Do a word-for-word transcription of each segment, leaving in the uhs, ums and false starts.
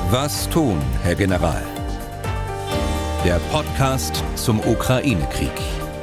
Was tun, Herr General? Der Podcast zum Ukraine-Krieg.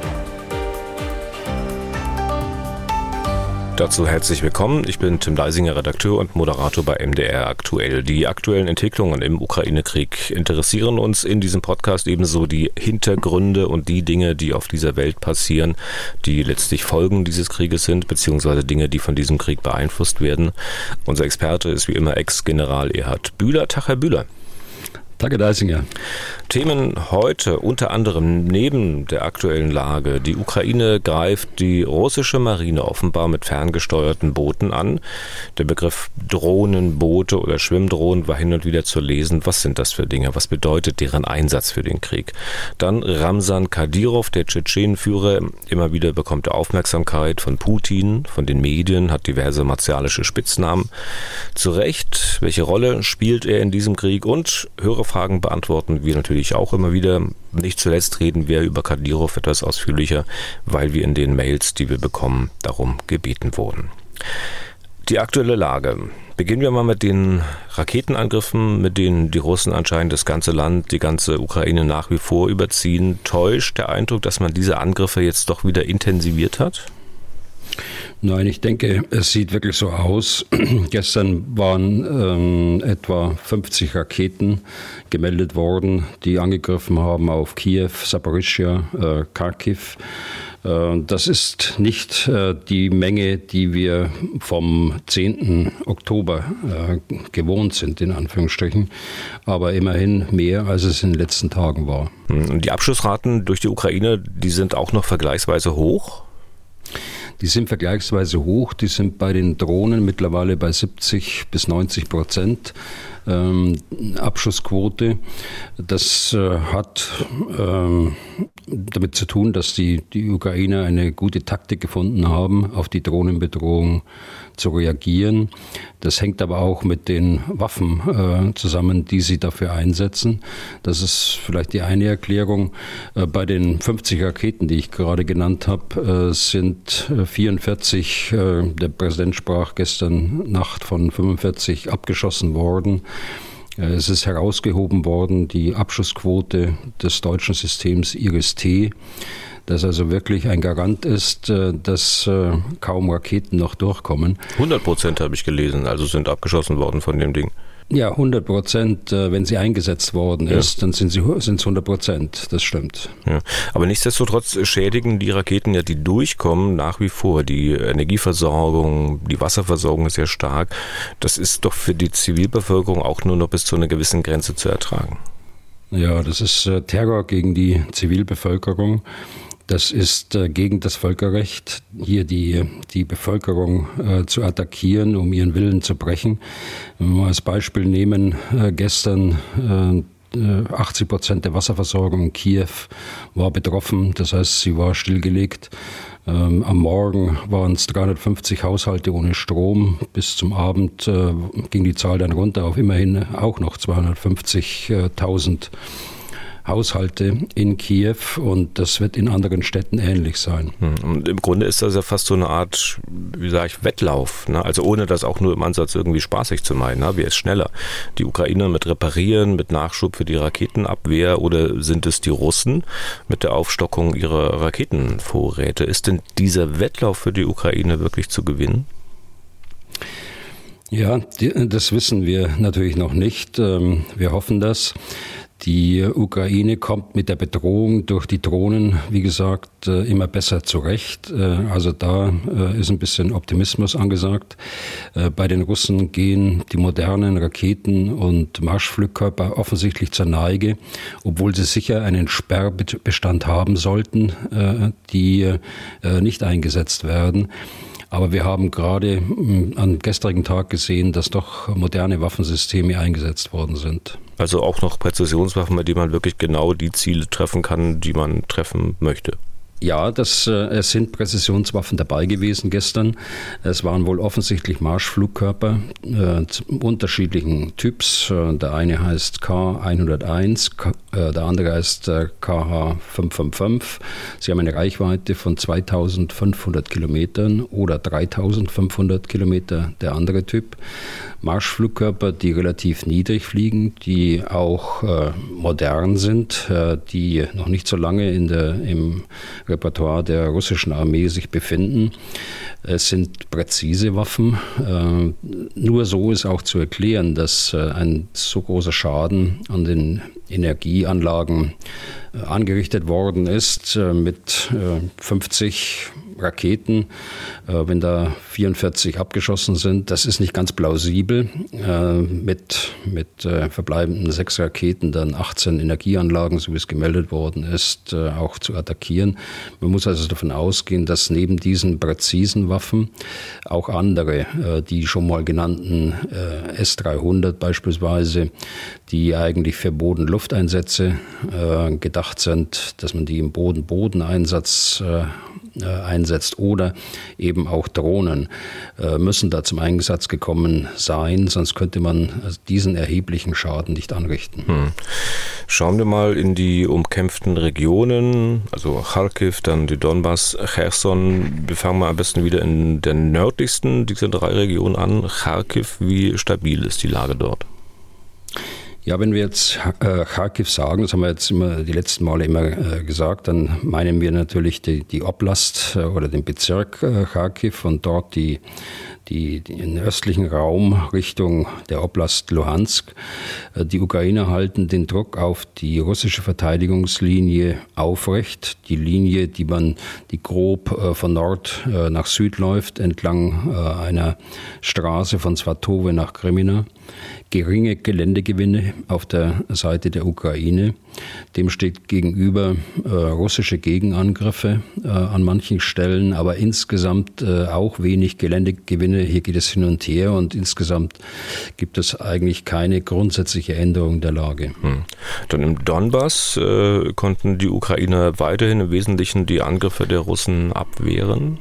Dazu herzlich willkommen. Ich bin Tim Deisinger, Redakteur und Moderator bei M D R Aktuell. Die aktuellen Entwicklungen im Ukraine-Krieg interessieren uns in diesem Podcast, ebenso die Hintergründe und die Dinge, die auf dieser Welt passieren, die letztlich Folgen dieses Krieges sind, beziehungsweise Dinge, die von diesem Krieg beeinflusst werden. Unser Experte ist wie immer Ex-General Erhard Bühler. Tag, Herr Bühler. Tag, Herr Deisinger. Themen heute unter anderem neben der aktuellen Lage. Die Ukraine greift die russische Marine offenbar mit ferngesteuerten Booten an. Der Begriff Drohnenboote oder Schwimmdrohnen war hin und wieder zu lesen. Was sind das für Dinge? Was bedeutet deren Einsatz für den Krieg? Dann Ramsan Kadyrov, der Tschetschenenführer, immer wieder bekommt er Aufmerksamkeit von Putin, von den Medien, hat diverse martialische Spitznamen. Zu Recht, welche Rolle spielt er in diesem Krieg? Und Hörerfragen beantworten wir natürlich auch immer wieder. Nicht zuletzt reden wir über Kadyrov etwas ausführlicher, weil wir in den Mails, die wir bekommen, darum gebeten wurden. Die aktuelle Lage. Beginnen wir mal mit den Raketenangriffen, mit denen die Russen anscheinend das ganze Land, die ganze Ukraine nach wie vor überziehen. Täuscht der Eindruck, dass man diese Angriffe jetzt doch wieder intensiviert hat? Nein, ich denke, es sieht wirklich so aus. Gestern waren ähm, etwa fünfzig Raketen gemeldet worden, die angegriffen haben auf Kiew, Saporischschja, äh, Kharkiv. Äh, das ist nicht äh, die Menge, die wir vom zehnten Oktober äh, gewohnt sind, in Anführungsstrichen, aber immerhin mehr, als es in den letzten Tagen war. Und die Abschussraten durch die Ukraine, die sind auch noch vergleichsweise hoch? Die sind vergleichsweise hoch, die sind bei den Drohnen mittlerweile bei siebzig bis neunzig Prozent ähm, Abschussquote. Das äh, hat ähm, damit zu tun, dass die, die Ukrainer eine gute Taktik gefunden haben, auf die Drohnenbedrohung zu reagieren. Das hängt aber auch mit den Waffen äh, zusammen, die sie dafür einsetzen. Das ist vielleicht die eine Erklärung. Äh, bei den fünfzig Raketen, die ich gerade genannt habe, äh, sind vierundvierzig, äh, der Präsident sprach gestern Nacht von fünfundvierzig abgeschossen worden. Äh, es ist herausgehoben worden, die Abschussquote des deutschen Systems IRIS-T, das also wirklich ein Garant ist, dass kaum Raketen noch durchkommen. hundert Prozent habe ich gelesen, also sind abgeschossen worden von dem Ding. Ja, hundert Prozent, wenn sie eingesetzt worden ist, ja. Dann sind sie sind es hundert Prozent, das stimmt. Ja. Aber nichtsdestotrotz schädigen die Raketen ja, die durchkommen, nach wie vor. Die Energieversorgung, die Wasserversorgung ist ja stark. Das ist doch für die Zivilbevölkerung auch nur noch bis zu einer gewissen Grenze zu ertragen. Ja, das ist Terror gegen die Zivilbevölkerung. Das ist äh, gegen das Völkerrecht, hier die, die Bevölkerung äh, zu attackieren, um ihren Willen zu brechen. Wenn wir mal als Beispiel nehmen, äh, gestern äh, achtzig Prozent der Wasserversorgung in Kiew war betroffen, das heißt, sie war stillgelegt. Ähm, am Morgen waren es dreihundertfünfzig Haushalte ohne Strom. Bis zum Abend äh, ging die Zahl dann runter auf immerhin auch noch zweihundertfünfzigtausend Haushalte in Kiew, und das wird in anderen Städten ähnlich sein. Und im Grunde ist das ja fast so eine Art, wie sage ich, Wettlauf, ne? Also ohne das auch nur im Ansatz irgendwie spaßig zu meinen. Ne? Wer ist schneller? Die Ukrainer mit Reparieren, mit Nachschub für die Raketenabwehr, oder sind es die Russen mit der Aufstockung ihrer Raketenvorräte? Ist denn dieser Wettlauf für die Ukraine wirklich zu gewinnen? Ja, das wissen wir natürlich noch nicht. Wir hoffen das. Die Ukraine kommt mit der Bedrohung durch die Drohnen, wie gesagt, immer besser zurecht. Also da ist ein bisschen Optimismus angesagt. Bei den Russen gehen die modernen Raketen und Marschflugkörper offensichtlich zur Neige, obwohl sie sicher einen Sperrbestand haben sollten, die nicht eingesetzt werden. Aber wir haben gerade am gestrigen Tag gesehen, dass doch moderne Waffensysteme eingesetzt worden sind. Also auch noch Präzisionswaffen, mit denen man wirklich genau die Ziele treffen kann, die man treffen möchte. Ja, das, äh, es sind Präzisionswaffen dabei gewesen gestern. Es waren wohl offensichtlich Marschflugkörper äh, unterschiedlichen Typs. Äh, der eine heißt K hunderteins, K, äh, der andere heißt äh, K H fünfhundertfünfundfünfzig. Sie haben eine Reichweite von zweitausendfünfhundert Kilometern oder dreitausendfünfhundert Kilometer, der andere Typ. Marschflugkörper, die relativ niedrig fliegen, die auch äh, modern sind, äh, die noch nicht so lange in der, im Repertoire der russischen Armee sich befinden. Es sind präzise Waffen. Äh, nur so ist auch zu erklären, dass äh, ein so großer Schaden an den Energieanlagen äh, angerichtet worden ist äh, mit äh, fünfzig Raketen, äh, wenn da vierundvierzig abgeschossen sind. Das ist nicht ganz plausibel. Äh, mit mit äh, verbleibenden sechs Raketen dann achtzehn Energieanlagen, so wie es gemeldet worden ist, äh, auch zu attackieren. Man muss also davon ausgehen, dass neben diesen präzisen Waffen auch andere, äh, die schon mal genannten äh, S dreihundert beispielsweise, die eigentlich für Boden-Lufteinsätze äh, gedacht sind, dass man die im Boden-Boden-Einsatz äh, einsetzt oder eben auch Drohnen, äh, müssen da zum Einsatz gekommen sein, sonst könnte man diesen erheblichen Schaden nicht anrichten. Hm. Schauen wir mal in die umkämpften Regionen, also Charkiw, dann die Donbass, Cherson. Wir fangen mal am besten wieder in der nördlichsten dieser drei Regionen an. Charkiw, wie stabil ist die Lage dort? Ja, wenn wir jetzt äh, Charkiw sagen, das haben wir jetzt immer die letzten Male immer äh, gesagt, dann meinen wir natürlich die, die Oblast äh, oder den Bezirk äh, Charkiw und dort die, die, den östlichen Raum Richtung der Oblast Luhansk. Äh, die Ukrainer halten den Druck auf die russische Verteidigungslinie aufrecht. Die Linie, die man, die grob äh, von Nord äh, nach Süd läuft, entlang äh, einer Straße von Swatowe nach Kremina. Geringe Geländegewinne auf der Seite der Ukraine. Dem steht gegenüber äh, russische Gegenangriffe äh, an manchen Stellen, aber insgesamt äh, auch wenig Geländegewinne. Hier geht es hin und her und insgesamt gibt es eigentlich keine grundsätzliche Änderung der Lage. Hm. Dann im Donbass äh, konnten die Ukrainer weiterhin im Wesentlichen die Angriffe der Russen abwehren?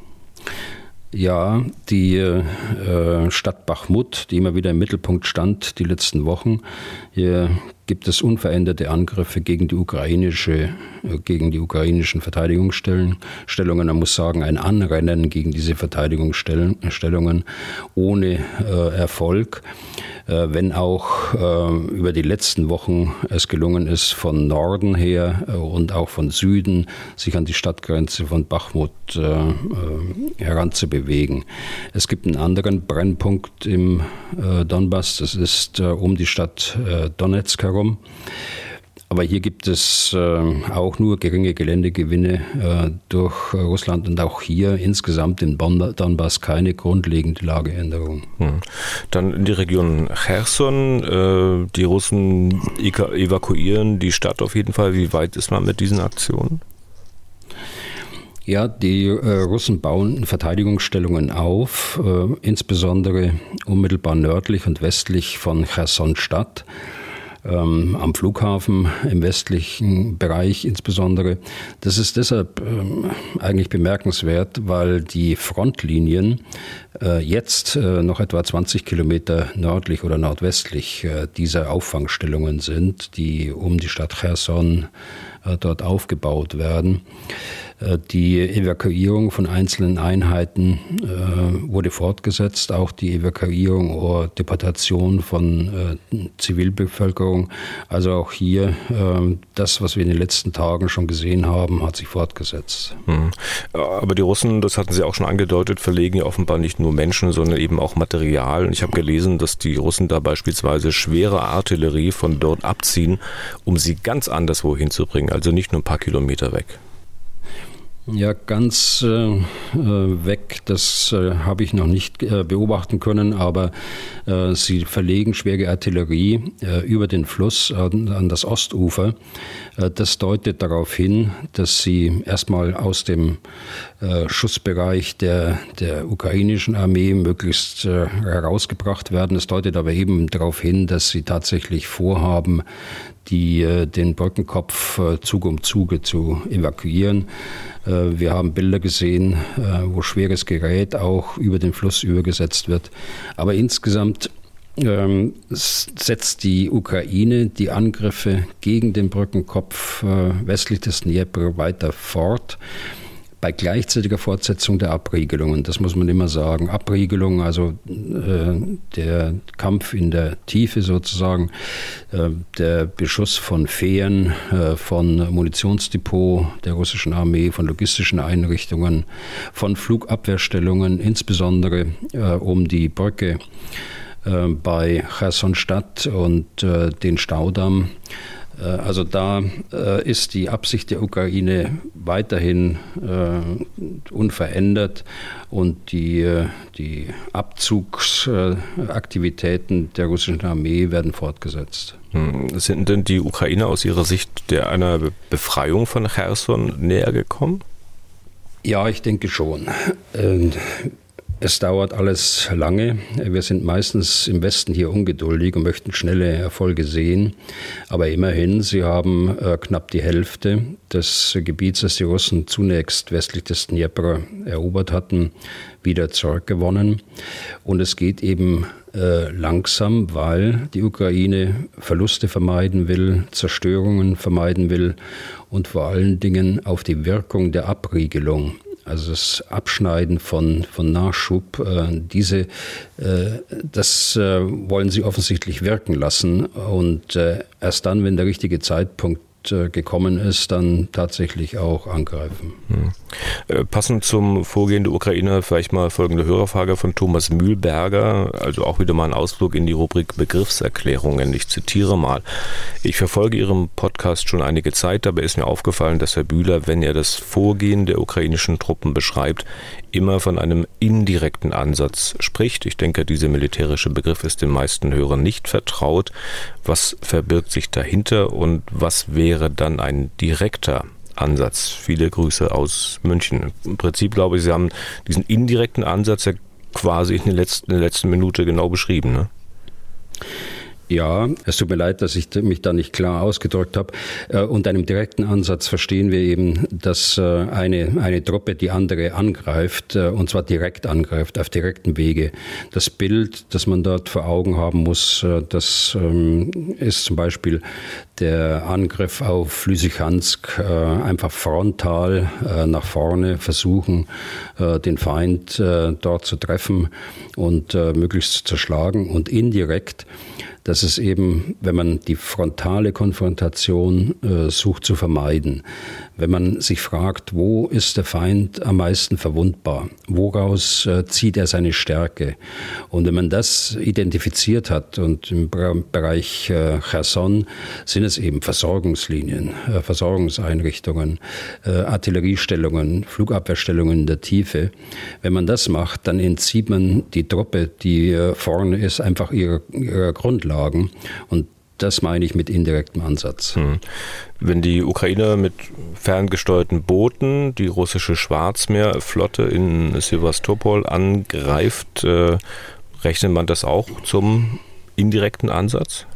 Ja, die äh, Stadt Bachmut, die immer wieder im Mittelpunkt stand die letzten Wochen, hier gibt es unveränderte Angriffe gegen die ukrainische, gegen die ukrainischen Verteidigungsstellungen. Man muss sagen, ein Anrennen gegen diese Verteidigungsstellungen ohne äh, Erfolg. Äh, wenn auch äh, über die letzten Wochen es gelungen ist, von Norden her äh, und auch von Süden sich an die Stadtgrenze von Bachmut äh, äh, heranzubewegen. Es gibt einen anderen Brennpunkt im äh, Donbass, das ist äh, um die Stadt äh, Donetsk herum. Aber hier gibt es äh, auch nur geringe Geländegewinne äh, durch äh, Russland und auch hier insgesamt im Donbass keine grundlegende Lageänderung. Hm. Dann in die Region Cherson. Äh, die Russen evakuieren die Stadt auf jeden Fall. Wie weit ist man mit diesen Aktionen? Ja, die äh, Russen bauen Verteidigungsstellungen auf, äh, insbesondere unmittelbar nördlich und westlich von Cherson-Stadt. Ähm, am Flughafen im westlichen Bereich insbesondere. Das ist deshalb ähm, eigentlich bemerkenswert, weil die Frontlinien äh, jetzt äh, noch etwa zwanzig Kilometer nördlich oder nordwestlich äh, dieser Auffangstellungen sind, die um die Stadt Cherson äh, dort aufgebaut werden. Äh, die Evakuierung von einzelnen Einheiten äh, wurde fortgesetzt, auch die Evakuierung oder Deportation von äh, Zivilbevölkerung. Also auch hier, äh, das, was wir in den letzten Tagen schon gesehen haben, hat sich fortgesetzt. Hm. Aber die Russen, das hatten Sie auch schon angedeutet, verlegen ja offenbar nicht nur Menschen, sondern eben auch Material. Und ich habe gelesen, dass die Russen da beispielsweise schwere Artillerie von dort abziehen, um sie ganz anderswo hinzubringen, also nicht nur ein paar Kilometer weg. Ja, ganz äh, weg, das äh, habe ich noch nicht äh, beobachten können, aber äh, sie verlegen schwere Artillerie äh, über den Fluss an, an das Ostufer. Äh, das deutet darauf hin, dass sie erstmal aus dem äh, Schussbereich der, der ukrainischen Armee möglichst äh, herausgebracht werden. Es deutet aber eben darauf hin, dass sie tatsächlich vorhaben, die äh, den Brückenkopf äh, Zug um Zuge zu evakuieren. Äh, wir haben Bilder gesehen, äh, wo schweres Gerät auch über den Fluss übergesetzt wird. Aber insgesamt ähm, setzt die Ukraine die Angriffe gegen den Brückenkopf äh, westlich des Dnepr weiter fort. bei gleichzeitiger Fortsetzung der Abriegelungen. Das muss man immer sagen. Abriegelung, also äh, der Kampf in der Tiefe sozusagen, äh, der Beschuss von Fähren, äh, von Munitionsdepot der russischen Armee, von logistischen Einrichtungen, von Flugabwehrstellungen, insbesondere äh, um die Brücke äh, bei Cherson-Stadt und äh, den Staudamm. Also da äh, ist die Absicht der Ukraine weiterhin äh, unverändert und die, äh, die Abzugsaktivitäten der russischen Armee werden fortgesetzt. Hm. Sind denn die Ukrainer aus ihrer Sicht der einer Befreiung von Cherson näher gekommen? Ja, ich denke schon. Äh, Es dauert alles lange. Wir sind meistens im Westen hier ungeduldig und möchten schnelle Erfolge sehen. Aber immerhin, sie haben äh, knapp die Hälfte des Gebiets, das die Russen zunächst westlich des Dnjepr erobert hatten, wieder zurückgewonnen. Und es geht eben äh, langsam, weil die Ukraine Verluste vermeiden will, Zerstörungen vermeiden will und vor allen Dingen auf die Wirkung der Abriegelung, also das Abschneiden von, von Nachschub, äh, diese, äh, das äh, wollen sie offensichtlich wirken lassen. Und äh, erst dann, wenn der richtige Zeitpunkt äh, gekommen ist, dann tatsächlich auch angreifen. Hm. Äh, passend zum Vorgehen der Ukraine vielleicht mal folgende Hörerfrage von Thomas Mühlberger, also auch wieder mal ein Ausflug in die Rubrik Begriffserklärungen. Ich zitiere mal: Ich verfolge Ihren Podcast schon einige Zeit, dabei ist mir aufgefallen, dass Herr Bühler, wenn er das Vorgehen der ukrainischen Truppen beschreibt, immer von einem indirekten Ansatz spricht. Ich denke, dieser militärische Begriff ist den meisten Hörern nicht vertraut. Was verbirgt sich dahinter und was wäre dann ein direkter Ansatz? Viele Grüße aus München. Im Prinzip glaube ich, Sie haben diesen indirekten Ansatz ja quasi in der letzten, in der letzten Minute genau beschrieben, ne? Ja, es tut mir leid, dass ich mich da nicht klar ausgedrückt habe. Unter einem direkten Ansatz verstehen wir eben, dass eine, eine Truppe die andere angreift, und zwar direkt angreift, auf direktem Wege. Das Bild, das man dort vor Augen haben muss, das ist zum Beispiel der Angriff auf Lysychansk, einfach frontal nach vorne versuchen, den Feind dort zu treffen und möglichst zu zerschlagen, und indirekt, das ist eben, wenn man die frontale Konfrontation äh, sucht zu vermeiden. Wenn man sich fragt, wo ist der Feind am meisten verwundbar? Woraus äh, zieht er seine Stärke? Und wenn man das identifiziert hat, und im Bereich äh, Cherson sind es eben Versorgungslinien, äh, Versorgungseinrichtungen, äh, Artilleriestellungen, Flugabwehrstellungen in der Tiefe. Wenn man das macht, dann entzieht man die Truppe, die äh, vorne ist, einfach ihrer, ihrer Grundlage. Und das meine ich mit indirektem Ansatz. Wenn die Ukraine mit ferngesteuerten Booten die russische Schwarzmeerflotte in Sewastopol angreift, äh, rechnet man das auch zum indirekten Ansatz?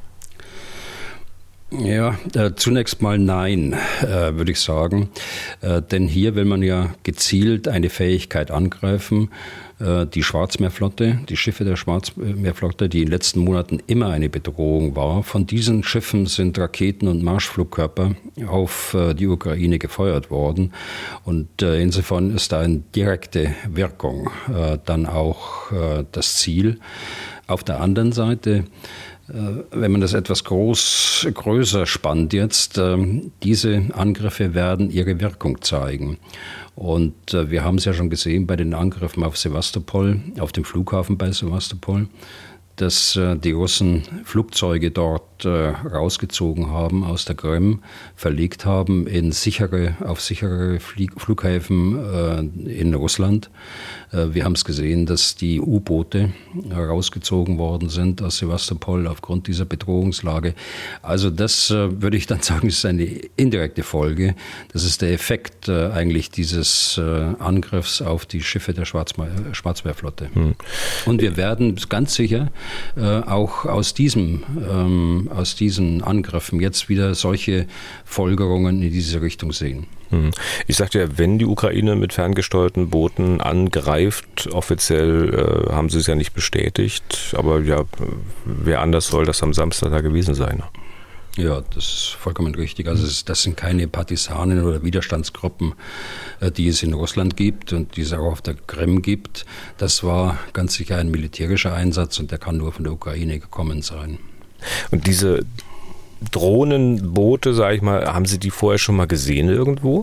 Ja, äh, zunächst mal nein, äh, würde ich sagen. Äh, denn hier will man ja gezielt eine Fähigkeit angreifen, äh, die Schwarzmeerflotte, die Schiffe der Schwarzmeerflotte, die in den letzten Monaten immer eine Bedrohung war. Von diesen Schiffen sind Raketen und Marschflugkörper auf äh, die Ukraine gefeuert worden. Und äh, insofern ist da eine direkte Wirkung äh, dann auch äh, das Ziel. Auf der anderen Seite, wenn man das etwas groß, größer spannt jetzt, diese Angriffe werden ihre Wirkung zeigen. Und wir haben es ja schon gesehen bei den Angriffen auf Sewastopol, auf dem Flughafen bei Sewastopol, dass die Russen Flugzeuge dort rausgezogen haben aus der Krim, verlegt haben in sichere, auf sichere Flughäfen in Russland. Wir haben es gesehen, dass die U-Boote rausgezogen worden sind aus Sewastopol aufgrund dieser Bedrohungslage. Also das würde ich dann sagen, ist eine indirekte Folge. Das ist der Effekt eigentlich dieses Angriffs auf die Schiffe der Schwarzmeer, Schwarzmeerflotte. Hm. Und wir werden ganz sicher auch aus diesem, aus diesen Angriffen jetzt wieder solche Folgerungen in diese Richtung sehen. Ich sagte ja, wenn die Ukraine mit ferngesteuerten Booten angreift, offiziell äh, haben sie es ja nicht bestätigt, aber ja, wer anders soll das am Samstag da gewesen sein? Ja, das ist vollkommen richtig. Also das sind keine Partisanen oder Widerstandsgruppen, die es in Russland gibt und die es auch auf der Krim gibt. Das war ganz sicher ein militärischer Einsatz und der kann nur von der Ukraine gekommen sein. Und diese Drohnenboote, sage ich mal, haben Sie die vorher schon mal gesehen irgendwo?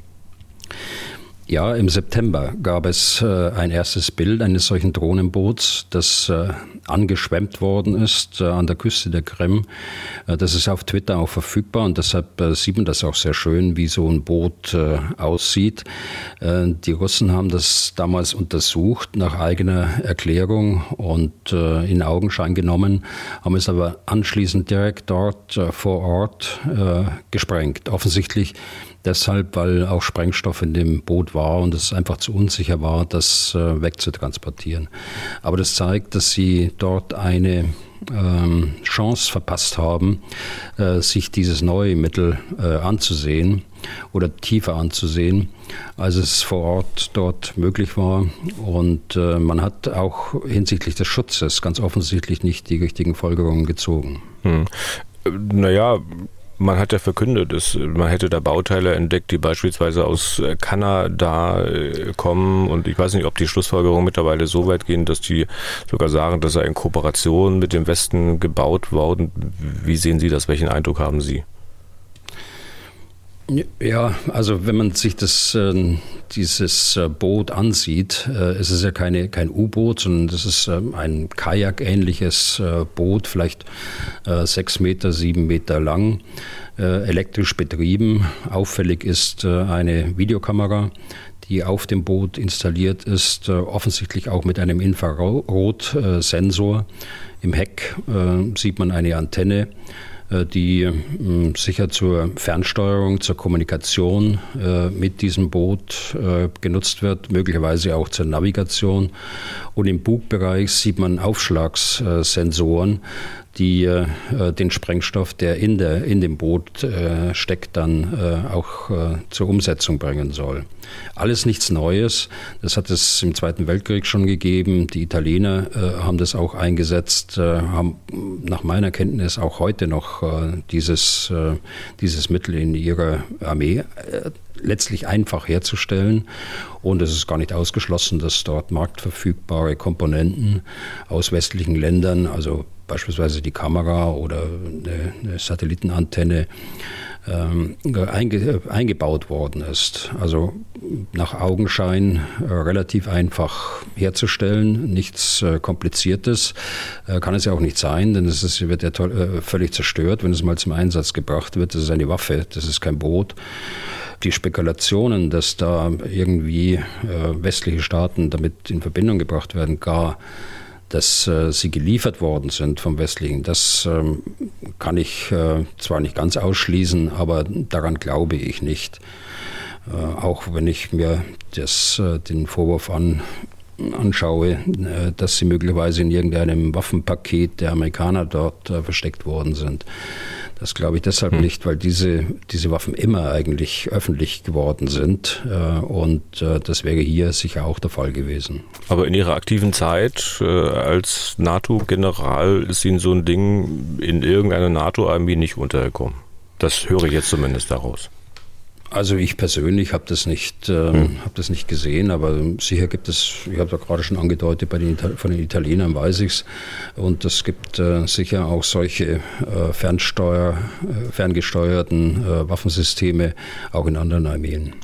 Ja, im September gab es äh, ein erstes Bild eines solchen Drohnenboots, das äh, angeschwemmt worden ist äh, an der Küste der Krim. Äh, das ist auf Twitter auch verfügbar und deshalb äh, sieht man das auch sehr schön, wie so ein Boot äh, aussieht. Äh, die Russen haben das damals untersucht nach eigener Erklärung und äh, in Augenschein genommen, haben es aber anschließend direkt dort äh, vor Ort äh, gesprengt. Offensichtlich deshalb, weil auch Sprengstoff in dem Boot war und es einfach zu unsicher war, das äh, wegzutransportieren. Aber das zeigt, dass sie dort eine ähm, Chance verpasst haben, äh, sich dieses neue Mittel äh, anzusehen oder tiefer anzusehen, als es vor Ort dort möglich war. Und äh, man hat auch hinsichtlich des Schutzes ganz offensichtlich nicht die richtigen Folgerungen gezogen. Hm. Naja, man hat ja verkündet, dass man hätte da Bauteile entdeckt, die beispielsweise aus Kanada kommen, und ich weiß nicht, ob die Schlussfolgerungen mittlerweile so weit gehen, dass die sogar sagen, das sei in Kooperation mit dem Westen gebaut worden. Wie sehen Sie das? Welchen Eindruck haben Sie? Ja, also wenn man sich das, äh, dieses äh, Boot ansieht, äh, es ist ja keine, kein U-Boot, sondern das ist äh, ein Kajak-ähnliches äh, Boot, vielleicht äh, sechs Meter, sieben Meter lang, äh, elektrisch betrieben. Auffällig ist äh, eine Videokamera, die auf dem Boot installiert ist, äh, offensichtlich auch mit einem Infrarotsensor. Im Heck äh, sieht man eine Antenne, die mh, sicher zur Fernsteuerung, zur Kommunikation äh, mit diesem Boot äh, genutzt wird, möglicherweise auch zur Navigation. Und im Bugbereich sieht man Aufschlagssensoren, die äh, den Sprengstoff, der in, der in dem Boot äh, steckt, dann äh, auch äh, zur Umsetzung bringen soll. Alles nichts Neues. Das hat es im Zweiten Weltkrieg schon gegeben. Die Italiener äh, haben das auch eingesetzt, äh, haben nach meiner Kenntnis auch heute noch äh, dieses, äh, dieses Mittel in ihrer Armee äh, letztlich einfach herzustellen. Und es ist gar nicht ausgeschlossen, dass dort marktverfügbare Komponenten aus westlichen Ländern, also beispielsweise die Kamera oder eine, eine Satellitenantenne, ähm, einge, eingebaut worden ist. Also nach Augenschein äh, relativ einfach herzustellen, nichts äh, Kompliziertes. Äh, kann es ja auch nicht sein, denn es ist, wird ja toll, äh, völlig zerstört, wenn es mal zum Einsatz gebracht wird. Das ist eine Waffe, das ist kein Boot. Die Spekulationen, dass da irgendwie äh, westliche Staaten damit in Verbindung gebracht werden, gar dass äh, sie geliefert worden sind vom Westlichen, das ähm, kann ich äh, zwar nicht ganz ausschließen, aber daran glaube ich nicht. Äh, auch wenn ich mir das, äh, den Vorwurf an, anschaue, äh, dass sie möglicherweise in irgendeinem Waffenpaket der Amerikaner dort äh, versteckt worden sind. Das glaube ich deshalb hm. nicht, weil diese, diese Waffen immer eigentlich öffentlich geworden sind äh, und äh, das wäre hier sicher auch der Fall gewesen. Aber in Ihrer aktiven Zeit äh, als NATO-General ist Ihnen so ein Ding in irgendeiner NATO-Armee nicht untergekommen. Das höre ich jetzt zumindest daraus. Also ich persönlich habe das nicht, äh, hm. habe das nicht gesehen, aber sicher gibt es, ich habe da gerade schon angedeutet, bei den von den Italienern weiß ich es, und es gibt äh, sicher auch solche äh, Fernsteuer, äh, ferngesteuerten äh, Waffensysteme auch in anderen Armeen.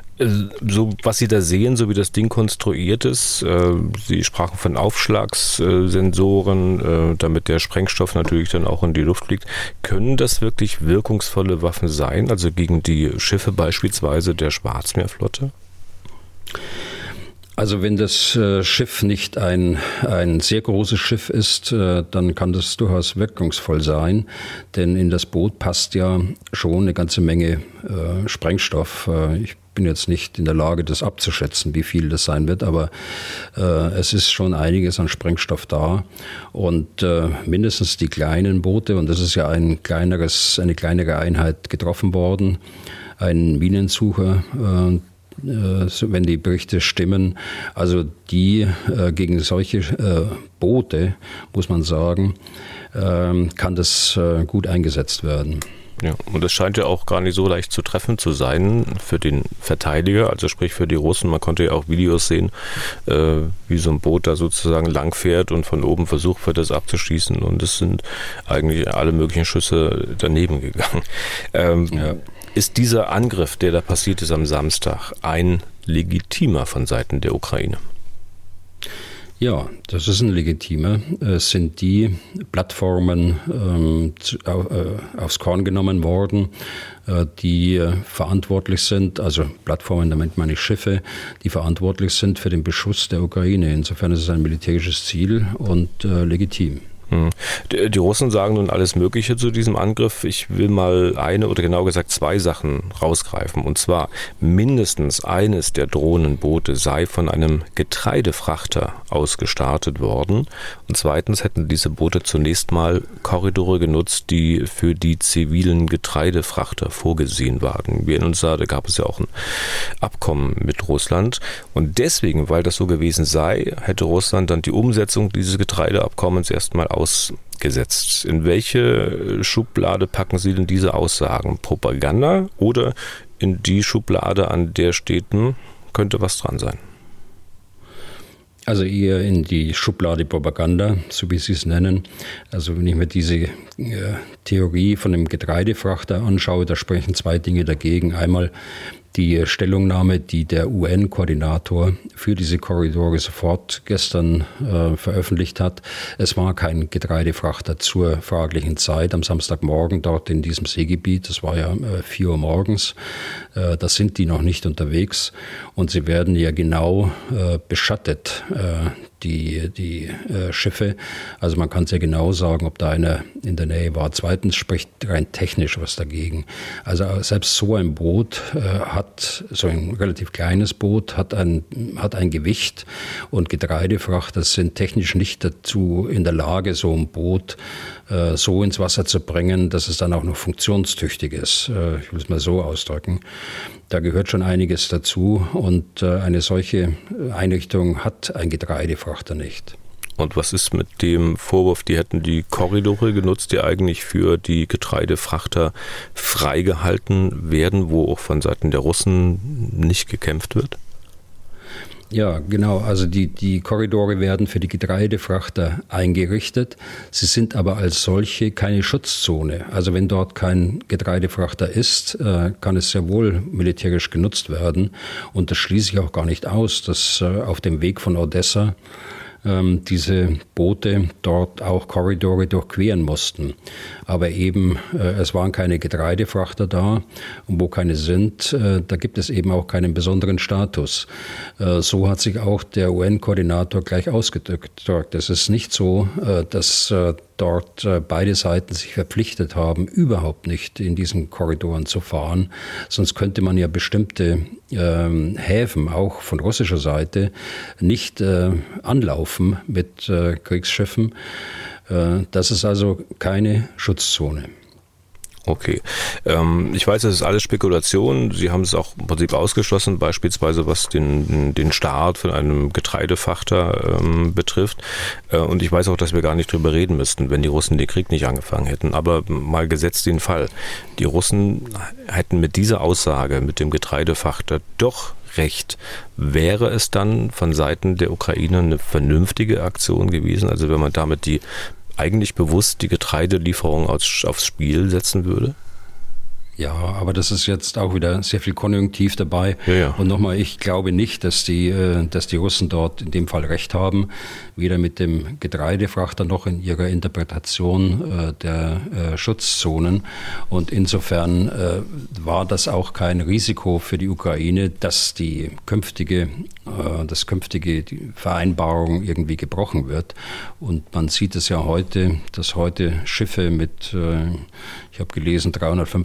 So, was Sie da sehen, so wie das Ding konstruiert ist, äh, Sie sprachen von Aufschlagssensoren, äh, damit der Sprengstoff natürlich dann auch in die Luft fliegt. Können das wirklich wirkungsvolle Waffen sein, also gegen die Schiffe beispielsweise der Schwarzmeerflotte? Also wenn das äh, Schiff nicht ein, ein sehr großes Schiff ist, äh, dann kann das durchaus wirkungsvoll sein, denn in das Boot passt ja schon eine ganze Menge äh, Sprengstoff. Äh, ich bin jetzt nicht in der Lage, das abzuschätzen, wie viel das sein wird, aber äh, es ist schon einiges an Sprengstoff da und äh, mindestens die kleinen Boote, und das ist ja ein kleineres, eine kleinere Einheit getroffen worden, ein Minensucher, äh, wenn die Berichte stimmen. Also die gegen solche Boote, muss man sagen, kann das gut eingesetzt werden. Ja, und es scheint ja auch gar nicht so leicht zu treffen zu sein für den Verteidiger, also sprich für die Russen. Man konnte ja auch Videos sehen, äh, wie so ein Boot da sozusagen langfährt und von oben versucht wird, das abzuschießen. Und es sind eigentlich alle möglichen Schüsse daneben gegangen. Ähm, ja. Ist dieser Angriff, der da passiert ist am Samstag, ein legitimer von Seiten der Ukraine? Ja, das ist ein legitimer. Es sind die Plattformen ähm, zu, äh, aufs Korn genommen worden, äh, die äh, verantwortlich sind, also Plattformen, damit meine ich Schiffe, die verantwortlich sind für den Beschuss der Ukraine. Insofern ist es ein militärisches Ziel und äh, legitim. Die Russen sagen nun alles Mögliche zu diesem Angriff. Ich will mal eine oder genau gesagt zwei Sachen rausgreifen. Und zwar mindestens eines der Drohnenboote sei von einem Getreidefrachter aus gestartet worden. Und zweitens hätten diese Boote zunächst mal Korridore genutzt, die für die zivilen Getreidefrachter vorgesehen waren. Wir in uns da, da gab es ja auch ein Abkommen mit Russland. Und deswegen, weil das so gewesen sei, hätte Russland dann die Umsetzung dieses Getreideabkommens erstmal ausgesetzt. In welche Schublade packen Sie denn diese Aussagen? Propaganda oder in die Schublade, an der steht, hm, könnte was dran sein? Also eher in die Schublade Propaganda, so wie Sie es nennen. Also wenn ich mir diese äh, Theorie von dem Getreidefrachter anschaue, da sprechen zwei Dinge dagegen. Einmal die Stellungnahme, die der U N-Koordinator für diese Korridore sofort gestern äh, veröffentlicht hat. Es war kein Getreidefrachter zur fraglichen Zeit am Samstagmorgen dort in diesem Seegebiet. Das war ja äh, vier Uhr morgens. Äh, da sind die noch nicht unterwegs und sie werden ja genau äh, beschattet, äh, die, die äh, Schiffe. Also man kann sehr genau sagen, ob da einer in der Nähe war. Zweitens spricht rein technisch was dagegen. Also selbst so ein Boot äh, hat, so ein relativ kleines Boot, hat ein, hat ein Gewicht und Getreidefrachter sind technisch nicht dazu in der Lage, so ein Boot äh, so ins Wasser zu bringen, dass es dann auch noch funktionstüchtig ist. Äh, ich will es mal so ausdrücken. Da gehört schon einiges dazu und äh, eine solche Einrichtung hat ein Getreidefrachter nicht. Und was ist mit dem Vorwurf, die hätten die Korridore genutzt, die eigentlich für die Getreidefrachter freigehalten werden, wo auch von Seiten der Russen nicht gekämpft wird? Ja, genau. Also die, die Korridore werden für die Getreidefrachter eingerichtet. Sie sind aber als solche keine Schutzzone. Also wenn dort kein Getreidefrachter ist, kann es sehr wohl militärisch genutzt werden. Und das schließe ich auch gar nicht aus, dass auf dem Weg von Odessa diese Boote dort auch Korridore durchqueren mussten. Aber eben, äh, es waren keine Getreidefrachter da und wo keine sind, äh, da gibt es eben auch keinen besonderen Status. Äh, so hat sich auch der U N-Koordinator gleich ausgedrückt. Es ist nicht so, äh, dass äh, dort äh, beide Seiten sich verpflichtet haben, überhaupt nicht in diesen Korridoren zu fahren. Sonst könnte man ja bestimmte äh, Häfen, auch von russischer Seite, nicht äh, anlaufen mit äh, Kriegsschiffen. Äh, das ist also keine Schutzzone. Okay. Ähm, ich weiß, das ist alles Spekulation. Sie haben es auch im Prinzip ausgeschlossen, beispielsweise was den, den Start von einem Getreidefrachter ähm, betrifft. Äh, und ich weiß auch, dass wir gar nicht drüber reden müssten, wenn die Russen den Krieg nicht angefangen hätten. Aber mal gesetzt den Fall. Die Russen hätten mit dieser Aussage, mit dem Getreidefrachter doch recht. Wäre es dann von Seiten der Ukraine eine vernünftige Aktion gewesen? Also wenn man damit die eigentlich bewusst die Getreidelieferung aufs, aufs Spiel setzen würde? Ja, aber das ist jetzt auch wieder sehr viel Konjunktiv dabei. Ja, ja. Und nochmal, ich glaube nicht, dass die, dass die Russen dort in dem Fall recht haben, weder mit dem Getreidefrachter noch in ihrer Interpretation der Schutzzonen. Und insofern war das auch kein Risiko für die Ukraine, dass die künftige, das künftige Vereinbarung irgendwie gebrochen wird. Und man sieht es ja heute, dass heute Schiffe mit, ich habe gelesen, dreihundertfünfzigtausend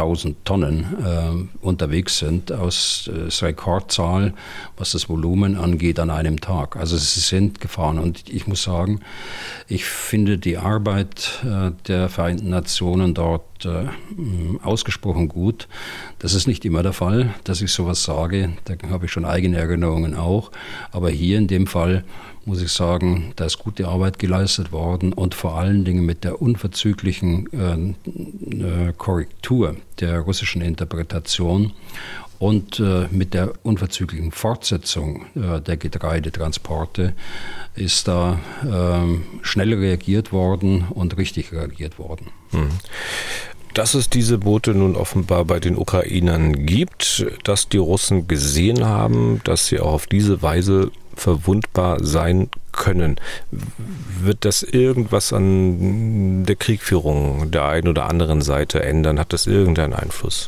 hunderttausend Tonnen äh, unterwegs sind, aus äh, Rekordzahl, was das Volumen angeht, an einem Tag. Also sie sind gefahren und ich muss sagen, ich finde die Arbeit äh, der Vereinten Nationen dort äh, ausgesprochen gut. Das ist nicht immer der Fall, dass ich sowas sage, da habe ich schon eigene Erinnerungen auch, aber hier in dem Fall muss ich sagen, da ist gute Arbeit geleistet worden und vor allen Dingen mit der unverzüglichen äh, äh, Korrektur der russischen Interpretation und äh, mit der unverzüglichen Fortsetzung äh, der Getreidetransporte ist da äh, schnell reagiert worden und richtig reagiert worden. Hm. Dass es diese Boote nun offenbar bei den Ukrainern gibt, dass die Russen gesehen haben, dass sie auch auf diese Weise verwundbar sein können. Wird das irgendwas an der Kriegführung der einen oder anderen Seite ändern? Hat das irgendeinen Einfluss?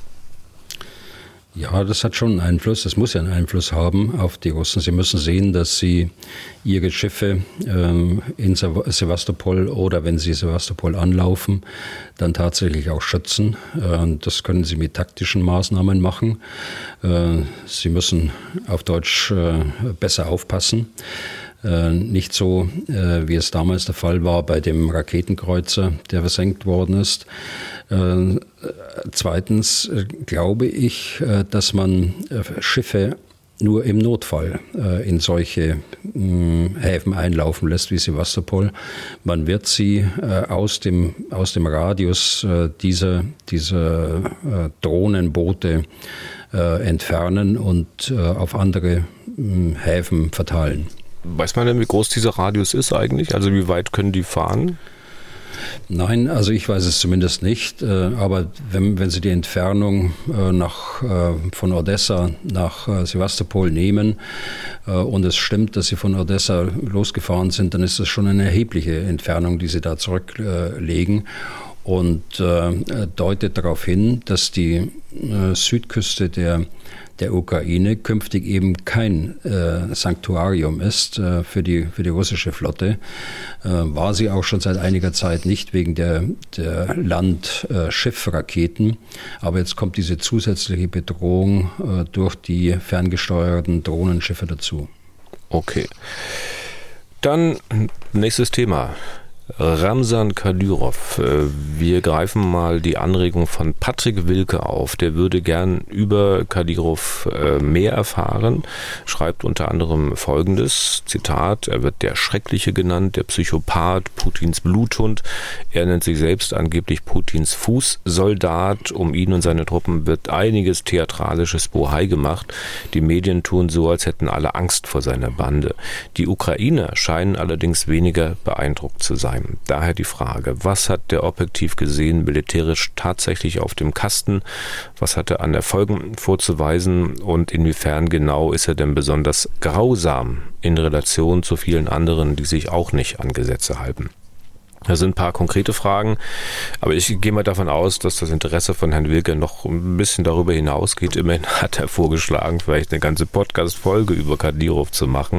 Ja, das hat schon einen Einfluss. Das muss ja einen Einfluss haben auf die Russen. Sie müssen sehen, dass sie ihre Schiffe ähm, in Sewastopol oder wenn sie Sewastopol anlaufen, dann tatsächlich auch schützen. Äh, das können sie mit taktischen Maßnahmen machen. Äh, sie müssen auf Deutsch äh, besser aufpassen. Äh, nicht so, äh, wie es damals der Fall war bei dem Raketenkreuzer, der versenkt worden ist. Äh, zweitens äh, glaube ich, äh, dass man äh, Schiffe nur im Notfall äh, in solche mh, Häfen einlaufen lässt wie Sewastopol. Man wird sie äh, aus dem, aus dem Radius äh, dieser, dieser äh, Drohnenboote äh, entfernen und äh, auf andere mh, Häfen verteilen. Weiß man denn, wie groß dieser Radius ist eigentlich? Also wie weit können die fahren? Nein, also ich weiß es zumindest nicht. Aber wenn, wenn Sie die Entfernung nach, von Odessa nach Sewastopol nehmen und es stimmt, dass Sie von Odessa losgefahren sind, dann ist das schon eine erhebliche Entfernung, die Sie da zurücklegen. Und äh, deutet darauf hin, dass die äh, Südküste der, der Ukraine künftig eben kein äh, Sanktuarium ist äh, für, die, für die russische Flotte. Äh, war sie auch schon seit einiger Zeit nicht wegen der, der Land-Schiff-Raketen. Aber jetzt kommt diese zusätzliche Bedrohung äh, durch die ferngesteuerten Drohnenschiffe dazu. Okay. Dann nächstes Thema. Ramsan Kadyrov. Wir greifen mal die Anregung von Patrick Wilke auf. Der würde gern über Kadyrov mehr erfahren, schreibt unter anderem Folgendes, Zitat, er wird der Schreckliche genannt, der Psychopath, Putins Bluthund. Er nennt sich selbst angeblich Putins Fußsoldat. Um ihn und seine Truppen wird einiges theatralisches Bohai gemacht. Die Medien tun so, als hätten alle Angst vor seiner Bande. Die Ukrainer scheinen allerdings weniger beeindruckt zu sein. Daher die Frage, was hat der objektiv gesehen militärisch tatsächlich auf dem Kasten? Was hat er an Erfolgen vorzuweisen und inwiefern genau ist er denn besonders grausam in Relation zu vielen anderen, die sich auch nicht an Gesetze halten? Das sind ein paar konkrete Fragen, aber ich gehe mal davon aus, dass das Interesse von Herrn Wilke noch ein bisschen darüber hinausgeht. Immerhin hat er vorgeschlagen, vielleicht eine ganze Podcast-Folge über Kadyrov zu machen.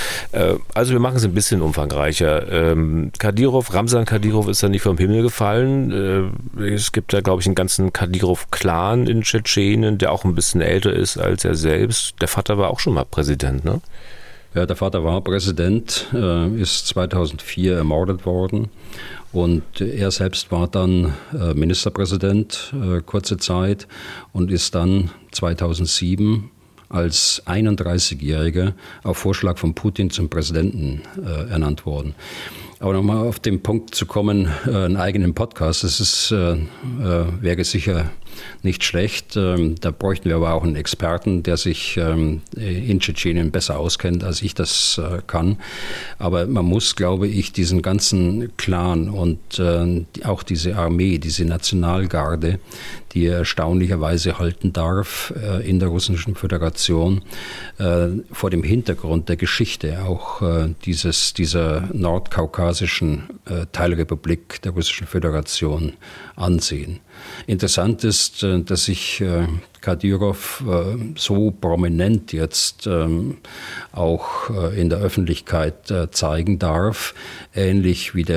Also wir machen es ein bisschen umfangreicher. Kadyrov, Ramsan Kadyrov ist ja nicht vom Himmel gefallen. Es gibt da, glaube ich, einen ganzen Kadyrov-Clan in Tschetschenien, der auch ein bisschen älter ist als er selbst. Der Vater war auch schon mal Präsident, ne? Ja, der Vater war Präsident, äh, ist zweitausendvier ermordet worden und er selbst war dann äh, Ministerpräsident äh, kurze Zeit und ist dann zweitausendsieben als einunddreißigjähriger auf Vorschlag von Putin zum Präsidenten äh, ernannt worden. Aber nochmal auf den Punkt zu kommen, äh, einen eigenen Podcast, das ist, äh, äh, wäre sicher nicht schlecht. Ähm, da bräuchten wir aber auch einen Experten, der sich ähm, in Tschetschenien besser auskennt, als ich das äh, kann. Aber man muss, glaube ich, diesen ganzen Clan und äh, auch diese Armee, diese Nationalgarde, die er erstaunlicherweise halten darf äh, in der Russischen Föderation, äh, vor dem Hintergrund der Geschichte auch äh, dieses, dieser nordkaukasischen äh, Teilrepublik der Russischen Föderation ansehen. Interessant ist, äh, dass sich äh, Kadyrov äh, so prominent jetzt ähm, auch äh, in der Öffentlichkeit äh, zeigen darf, ähnlich wie der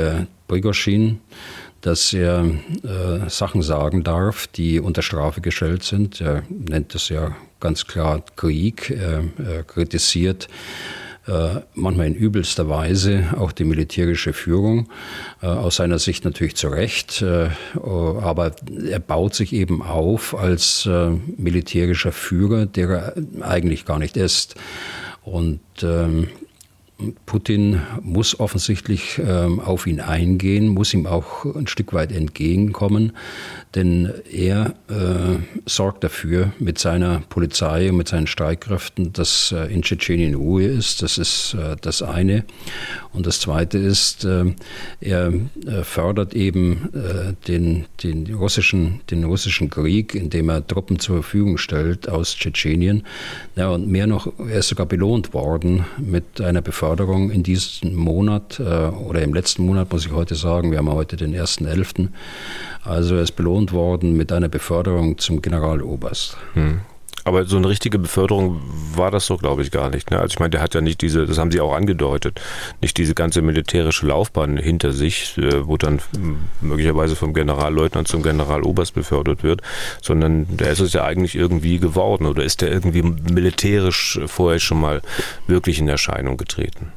Prigoschin, dass er äh, Sachen sagen darf, die unter Strafe gestellt sind. Er nennt es ja ganz klar Krieg. Er, er kritisiert äh, manchmal in übelster Weise auch die militärische Führung. Äh, aus seiner Sicht natürlich zu Recht. Äh, aber er baut sich eben auf als äh, militärischer Führer, der er eigentlich gar nicht ist. Und ähm, Putin muss offensichtlich ähm, auf ihn eingehen, muss ihm auch ein Stück weit entgegenkommen, denn er äh, sorgt dafür mit seiner Polizei und mit seinen Streitkräften, dass äh, in Tschetschenien Ruhe ist. Das ist äh, das eine. Und das zweite ist, äh, er äh, fördert eben äh, den, den, russischen, den russischen Krieg, indem er Truppen zur Verfügung stellt aus Tschetschenien. Ja, und mehr noch, er ist sogar belohnt worden mit einer Beförderung in diesem Monat äh, oder im letzten Monat, muss ich heute sagen. Wir haben heute den ersten elften Also er ist belohnt worden mit einer Beförderung zum Generaloberst. Hm. Aber so eine richtige Beförderung war das so, glaube ich, gar nicht. Ne? Also ich meine, der hat ja nicht diese, das haben Sie auch angedeutet, nicht diese ganze militärische Laufbahn hinter sich, wo dann möglicherweise vom Generalleutnant zum Generaloberst befördert wird, sondern der ist es ja eigentlich irgendwie geworden. Oder ist der irgendwie militärisch vorher schon mal wirklich in Erscheinung getreten?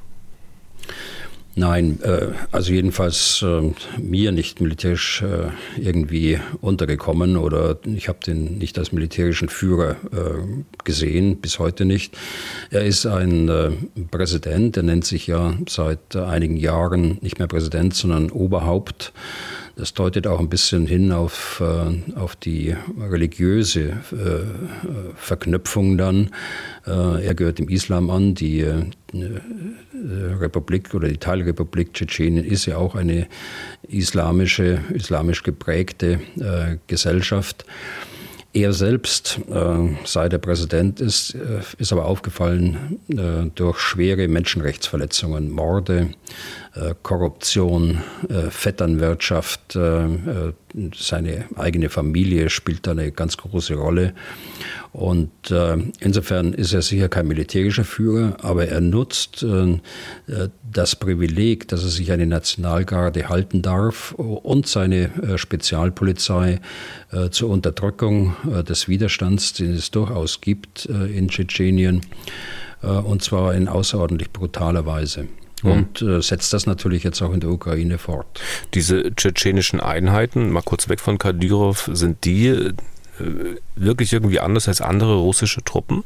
Nein, äh, also jedenfalls äh, mir nicht militärisch äh, irgendwie untergekommen oder ich habe den nicht als militärischen Führer äh, gesehen, bis heute nicht. Er ist ein äh, Präsident, er nennt sich ja seit äh, einigen Jahren nicht mehr Präsident, sondern Oberhaupt. Das deutet auch ein bisschen hin auf, äh, auf die religiöse äh, Verknüpfung dann. Äh, er gehört dem Islam an, die äh, Republik oder die Teilrepublik Tschetschenien ist ja auch eine islamische, islamisch geprägte äh, Gesellschaft. Er selbst, äh, seit er Präsident ist, äh, ist aber aufgefallen äh, durch schwere Menschenrechtsverletzungen, Morde, äh, Korruption, äh, Vetternwirtschaft. Äh, äh, seine eigene Familie spielt da eine ganz große Rolle. Und äh, insofern ist er sicher kein militärischer Führer, aber er nutzt äh, das Privileg, dass er sich eine Nationalgarde halten darf und seine äh, Spezialpolizei äh, zur Unterdrückung äh, des Widerstands, den es durchaus gibt äh, in Tschetschenien, äh, und zwar in außerordentlich brutaler Weise. Und äh, setzt das natürlich jetzt auch in der Ukraine fort. Diese tschetschenischen Einheiten, mal kurz weg von Kadyrov, sind die äh, wirklich irgendwie anders als andere russische Truppen?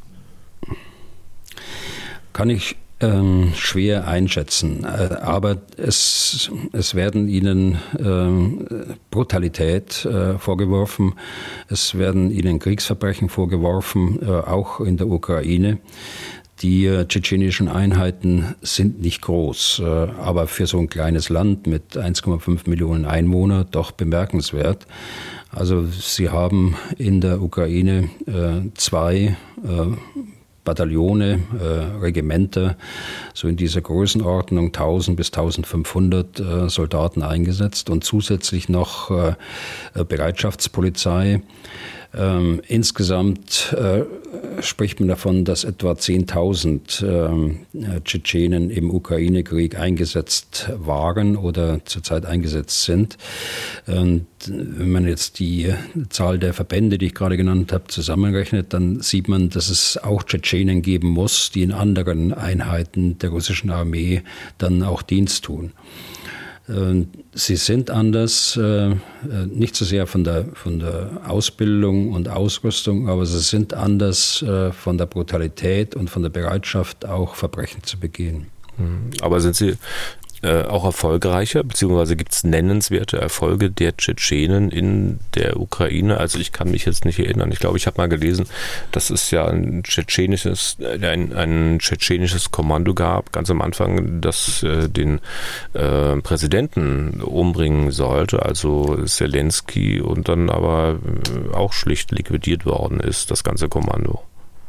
Kann ich ähm, schwer einschätzen. Äh, aber es, es werden ihnen äh, Brutalität äh, vorgeworfen. Es werden ihnen Kriegsverbrechen vorgeworfen, äh, auch in der Ukraine. Die äh, tschetschenischen Einheiten sind nicht groß, äh, aber für so ein kleines Land mit eins Komma fünf Millionen Einwohnern doch bemerkenswert. Also sie haben in der Ukraine äh, zwei äh, Bataillone, äh, Regimenter, so in dieser Größenordnung tausend bis eintausendfünfhundert äh, Soldaten eingesetzt und zusätzlich noch äh, Bereitschaftspolizei. Ähm, insgesamt äh, spricht man davon, dass etwa zehntausend äh, Tschetschenen im Ukraine-Krieg eingesetzt waren oder zurzeit eingesetzt sind. Und wenn man jetzt die Zahl der Verbände, die ich gerade genannt habe, zusammenrechnet, dann sieht man, dass es auch Tschetschenen geben muss, die in anderen Einheiten der russischen Armee dann auch Dienst tun. Sie sind anders, nicht so sehr von der, von der Ausbildung und Ausrüstung, aber sie sind anders von der Brutalität und von der Bereitschaft, auch Verbrechen zu begehen. Aber sind sie äh, auch erfolgreicher, beziehungsweise gibt es nennenswerte Erfolge der Tschetschenen in der Ukraine? Also ich kann mich jetzt nicht erinnern. Ich glaube, ich habe mal gelesen, dass es ja ein tschetschenisches, ein, ein tschetschenisches Kommando gab, ganz am Anfang, das äh, den äh, Präsidenten umbringen sollte, also Zelensky, und dann aber äh, auch schlicht liquidiert worden ist, das ganze Kommando.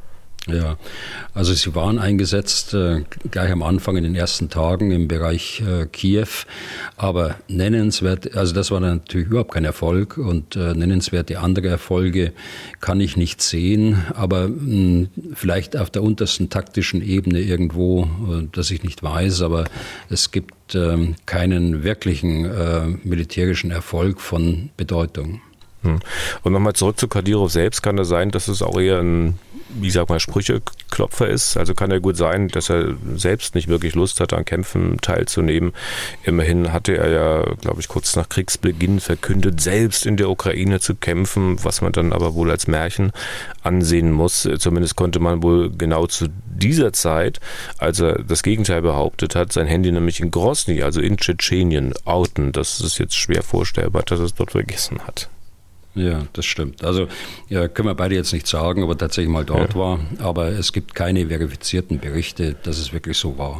Ja, also sie waren eingesetzt äh, gleich am Anfang in den ersten Tagen im Bereich äh, Kiew, aber nennenswert, also das war natürlich überhaupt kein Erfolg und äh, nennenswerte andere Erfolge kann ich nicht sehen, aber mh, vielleicht auf der untersten taktischen Ebene irgendwo, äh, das ich nicht weiß, aber es gibt äh, keinen wirklichen äh, militärischen Erfolg von Bedeutung. Und nochmal zurück zu Kadyrov selbst, kann es sein, dass es auch eher ein, ich sag mal, Sprücheklopfer ist? Also kann ja gut sein, dass er selbst nicht wirklich Lust hat, an Kämpfen teilzunehmen. Immerhin hatte er ja, glaube ich, kurz nach Kriegsbeginn verkündet, selbst in der Ukraine zu kämpfen, was man dann aber wohl als Märchen ansehen muss. Zumindest konnte man wohl genau zu dieser Zeit, als er das Gegenteil behauptet hat, sein Handy nämlich in Grosny, also in Tschetschenien, outen. Das ist jetzt schwer vorstellbar, dass er es dort vergessen hat. Ja, das stimmt. Also ja, können wir beide jetzt nicht sagen, ob er tatsächlich mal dort ja. war, aber es gibt keine verifizierten Berichte, dass es wirklich so war.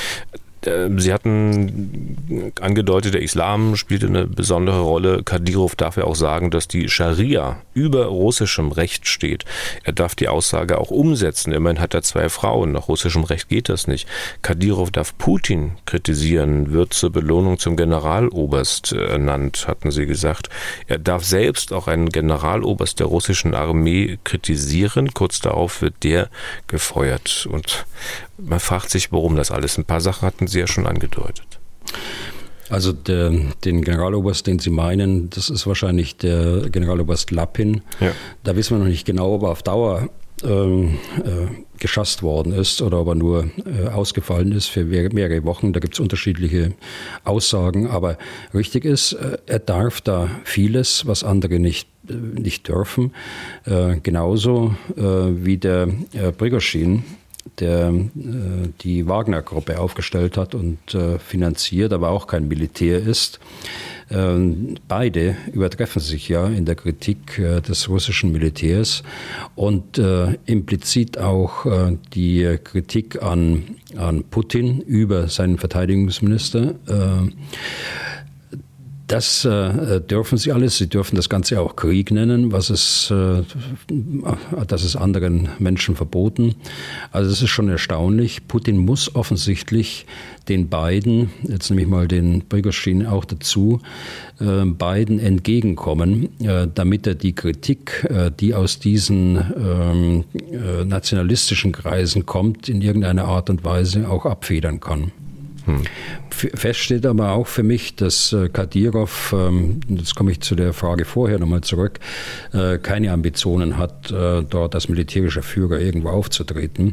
Sie hatten angedeutet, der Islam spielte eine besondere Rolle. Kadyrov darf ja auch sagen, dass die Scharia über russischem Recht steht. Er darf die Aussage auch umsetzen. Immerhin hat er zwei Frauen. Nach russischem Recht geht das nicht. Kadyrov darf Putin kritisieren, wird zur Belohnung zum Generaloberst ernannt, hatten Sie gesagt. Er darf selbst auch einen Generaloberst der russischen Armee kritisieren. Kurz darauf wird der gefeuert. Und man fragt sich, warum das alles. Ein paar Sachen hatten Sie ja schon angedeutet. Also der, den Generaloberst, den Sie meinen, das ist wahrscheinlich der Generaloberst Lapin. Ja. Da wissen wir noch nicht genau, ob er auf Dauer ähm, äh, geschasst worden ist oder ob er nur äh, ausgefallen ist für mehrere Wochen. Da gibt es unterschiedliche Aussagen. Aber richtig ist, äh, er darf da vieles, was andere nicht, äh, nicht dürfen. Äh, genauso äh, wie der äh, Prigoschin, der äh, die Wagner-Gruppe aufgestellt hat und äh, finanziert, aber auch kein Militär ist. Ähm, beide übertreffen sich ja in der Kritik äh, des russischen Militärs und äh, implizit auch äh, die Kritik an, an Putin über seinen Verteidigungsminister. Äh, Das äh, dürfen sie alles. Sie dürfen das Ganze auch Krieg nennen, was es, äh, das ist anderen Menschen verboten. Also das ist schon erstaunlich. Putin muss offensichtlich den beiden, jetzt nehme ich mal den Prigoschin auch dazu, äh, beiden entgegenkommen, äh, damit er die Kritik, äh, die aus diesen ähm, äh, nationalistischen Kreisen kommt, in irgendeiner Art und Weise auch abfedern kann. Hm. Fest steht aber auch für mich, dass Kadyrov, jetzt komme ich zu der Frage vorher nochmal zurück, keine Ambitionen hat, dort als militärischer Führer irgendwo aufzutreten.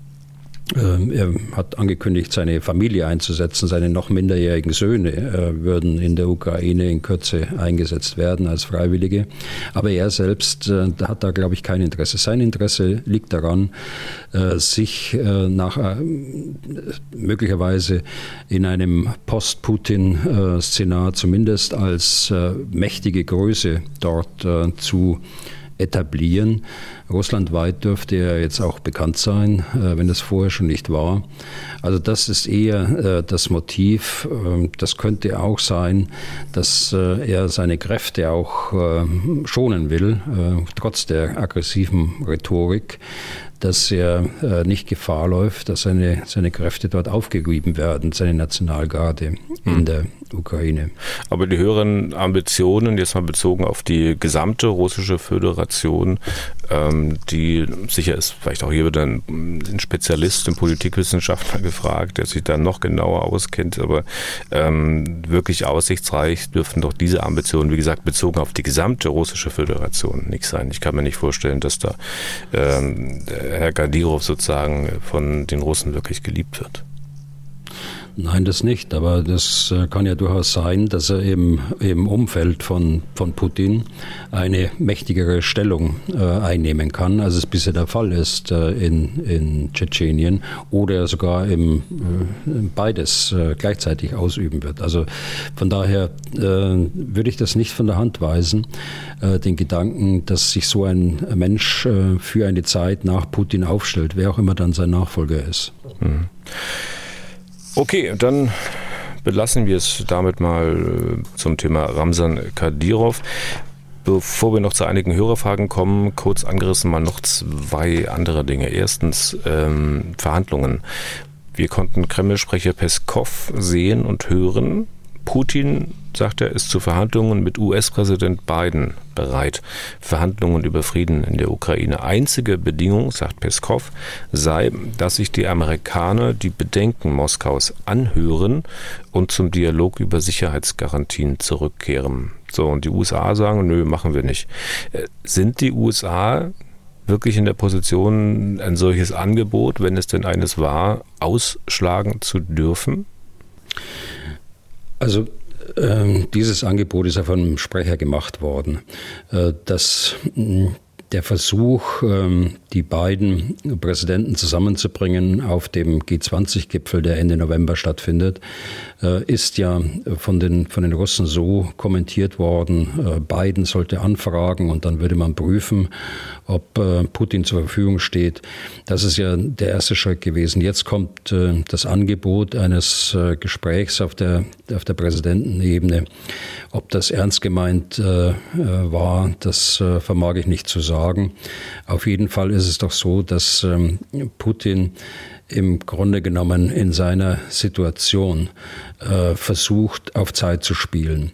Er hat angekündigt, seine Familie einzusetzen. Seine noch minderjährigen Söhne würden in der Ukraine in Kürze eingesetzt werden als Freiwillige. Aber er selbst hat da, glaube ich, kein Interesse. Sein Interesse liegt daran, sich nach möglicherweise in einem Post-Putin-Szenar zumindest als mächtige Größe dort zu etablieren. Russlandweit dürfte er jetzt auch bekannt sein, wenn das vorher schon nicht war. Also das ist eher das Motiv. Das könnte auch sein, dass er seine Kräfte auch schonen will, trotz der aggressiven Rhetorik, dass er äh, nicht Gefahr läuft, dass seine, seine Kräfte dort aufgerieben werden, seine Nationalgarde in hm. der Ukraine. Aber die höheren Ambitionen, jetzt mal bezogen auf die gesamte russische Föderation, ähm, die sicher ist vielleicht auch hier wieder ein, ein Spezialist, ein Politikwissenschaftler gefragt, der sich da noch genauer auskennt, aber ähm, wirklich aussichtsreich dürften doch diese Ambitionen, wie gesagt, bezogen auf die gesamte russische Föderation nicht sein. Ich kann mir nicht vorstellen, dass da ähm, Herr Kadyrov sozusagen von den Russen wirklich geliebt wird. Nein, das nicht, aber das kann ja durchaus sein, dass er im, im Umfeld von, von Putin eine mächtigere Stellung äh, einnehmen kann, als es bisher der Fall ist äh, in, in Tschetschenien oder sogar im, äh, beides äh, gleichzeitig ausüben wird. Also von daher äh, würde ich das nicht von der Hand weisen, äh, den Gedanken, dass sich so ein Mensch äh, für eine Zeit nach Putin aufstellt, wer auch immer dann sein Nachfolger ist. Mhm. Okay, dann belassen wir es damit mal zum Thema Ramsan Kadyrov. Bevor wir noch zu einigen Hörerfragen kommen, kurz angerissen mal noch zwei andere Dinge. Erstens ähm, Verhandlungen. Wir konnten Kreml-Sprecher Peskov sehen und hören. Putin, sagt er, ist zu Verhandlungen mit U S-Präsident Biden bereit. Verhandlungen über Frieden in der Ukraine. Einzige Bedingung, sagt Peskov, sei, dass sich die Amerikaner die Bedenken Moskaus anhören und zum Dialog über Sicherheitsgarantien zurückkehren. So, und die U S A sagen, nö, machen wir nicht. Sind die U S A wirklich in der Position, ein solches Angebot, wenn es denn eines war, ausschlagen zu dürfen? Also äh, dieses Angebot ist ja von einem Sprecher gemacht worden, äh, dass mh, der Versuch, äh, die beiden Präsidenten zusammenzubringen auf dem G zwanzig Gipfel, der Ende November stattfindet, äh, ist ja von den, von den Russen so kommentiert worden, äh, Biden sollte anfragen und dann würde man prüfen, ob äh, Putin zur Verfügung steht. Das ist ja der erste Schritt gewesen. Jetzt kommt äh, das Angebot eines äh, Gesprächs auf der, auf der Präsidentenebene. Ob das ernst gemeint äh, war, das äh, vermag ich nicht zu sagen. Auf jeden Fall ist es doch so, dass ähm, Putin im Grunde genommen in seiner Situation äh, versucht, auf Zeit zu spielen.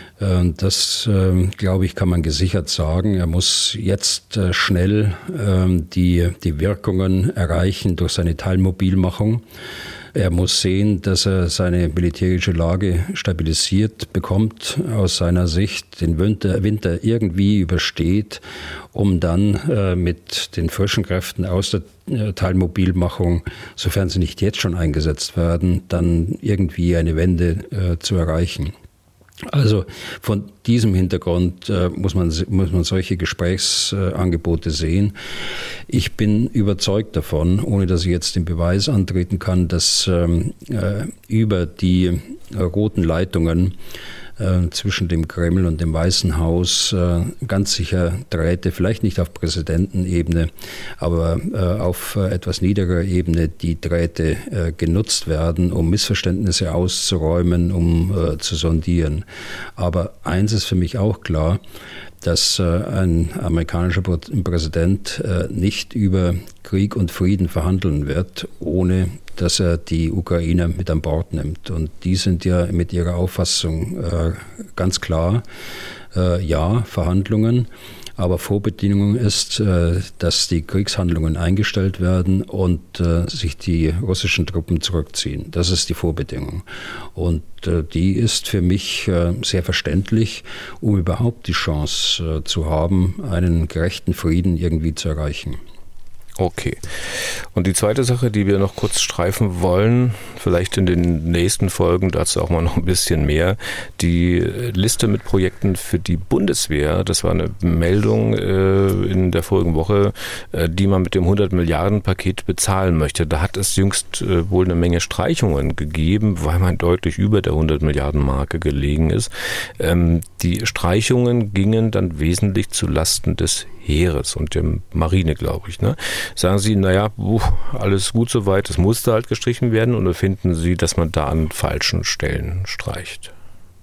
Das, glaube ich, kann man gesichert sagen. Er muss jetzt schnell die, die Wirkungen erreichen durch seine Teilmobilmachung. Er muss sehen, dass er seine militärische Lage stabilisiert bekommt, aus seiner Sicht den Winter, Winter irgendwie übersteht, um dann mit den frischen Kräften aus der Teilmobilmachung, sofern sie nicht jetzt schon eingesetzt werden, dann irgendwie eine Wende zu erreichen. Also von diesem Hintergrund äh, muss man, muss man solche Gesprächsangebote äh, sehen. Ich bin überzeugt davon, ohne dass ich jetzt den Beweis antreten kann, dass ähm, äh, über die äh, roten Leitungen äh, zwischen dem Kreml und dem Weißen Haus äh, ganz sicher Drähte, vielleicht nicht auf Präsidentenebene, aber äh, auf äh, etwas niederer Ebene die Drähte äh, genutzt werden, um Missverständnisse auszuräumen, um äh, zu sondieren. Aber eins ist für mich auch klar, dass äh, ein amerikanischer Präsident äh, nicht über Krieg und Frieden verhandeln wird, ohne dass er die Ukrainer mit an Bord nimmt. Und die sind ja mit ihrer Auffassung äh, ganz klar, äh, ja, Verhandlungen, aber Vorbedingung ist, äh, dass die Kriegshandlungen eingestellt werden und äh, sich die russischen Truppen zurückziehen. Das ist die Vorbedingung. Und äh, die ist für mich äh, sehr verständlich, um überhaupt die Chance äh, zu haben, einen gerechten Frieden irgendwie zu erreichen. Okay. Und die zweite Sache, die wir noch kurz streifen wollen, vielleicht in den nächsten Folgen, dazu auch mal noch ein bisschen mehr, die Liste mit Projekten für die Bundeswehr. Das war eine Meldung äh, in der vorigen Woche, äh, die man mit dem hundert Milliarden Paket bezahlen möchte. Da hat es jüngst äh, wohl eine Menge Streichungen gegeben, weil man deutlich über der hundert Milliarden Marke gelegen ist. Ähm, die Streichungen gingen dann wesentlich zu Lasten des Heeres und der Marine, glaube ich. Ne? Sagen Sie, naja, alles gut soweit, es musste halt gestrichen werden, oder finden Sie, dass man da an falschen Stellen streicht?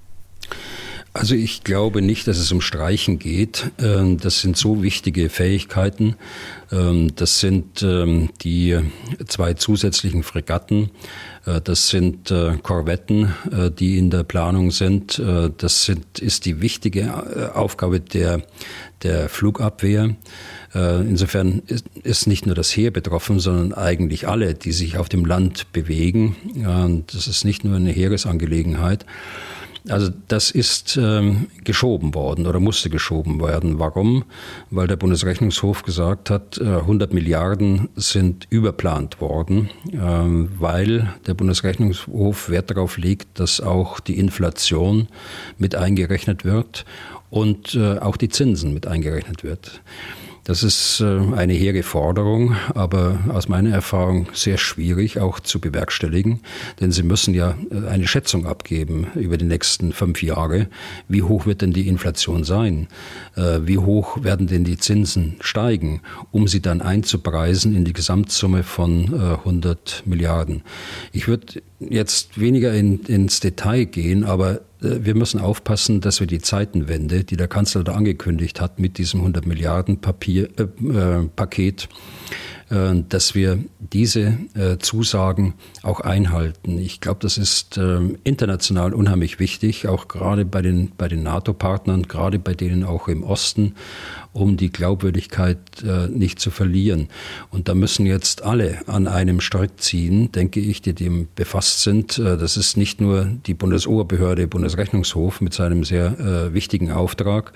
Also ich glaube nicht, dass es um Streichen geht. Das sind so wichtige Fähigkeiten. Das sind die zwei zusätzlichen Fregatten. Das sind Korvetten, die in der Planung sind. Das sind, ist die wichtige Aufgabe der, der Flugabwehr. Insofern ist nicht nur das Heer betroffen, sondern eigentlich alle, die sich auf dem Land bewegen. Das ist nicht nur eine Heeresangelegenheit. Also das ist ähm, geschoben worden oder musste geschoben werden. Warum? Weil der Bundesrechnungshof gesagt hat, äh, hundert Milliarden sind überplant worden, ähm, weil der Bundesrechnungshof Wert darauf legt, dass auch die Inflation mit eingerechnet wird und äh, auch die Zinsen mit eingerechnet wird. Das ist eine hehre Forderung, aber aus meiner Erfahrung sehr schwierig auch zu bewerkstelligen, denn Sie müssen ja eine Schätzung abgeben über die nächsten fünf Jahre. Wie hoch wird denn die Inflation sein? Wie hoch werden denn die Zinsen steigen, um sie dann einzupreisen in die Gesamtsumme von hundert Milliarden? Ich würde jetzt weniger in, ins Detail gehen, aber wir müssen aufpassen, dass wir die Zeitenwende, die der Kanzler da angekündigt hat mit diesem hundert Milliarden Papier, äh, äh, Paket, äh, dass wir diese äh, Zusagen auch einhalten. Ich glaube, das ist äh, international unheimlich wichtig, auch gerade bei den, bei den NATO-Partnern, gerade bei denen auch im Osten, um die Glaubwürdigkeit äh, nicht zu verlieren. Und da müssen jetzt alle an einem Strick ziehen, denke ich, die dem befasst sind. Äh, das ist nicht nur die Bundesoberbehörde, Bundesrechnungshof mit seinem sehr äh, wichtigen Auftrag.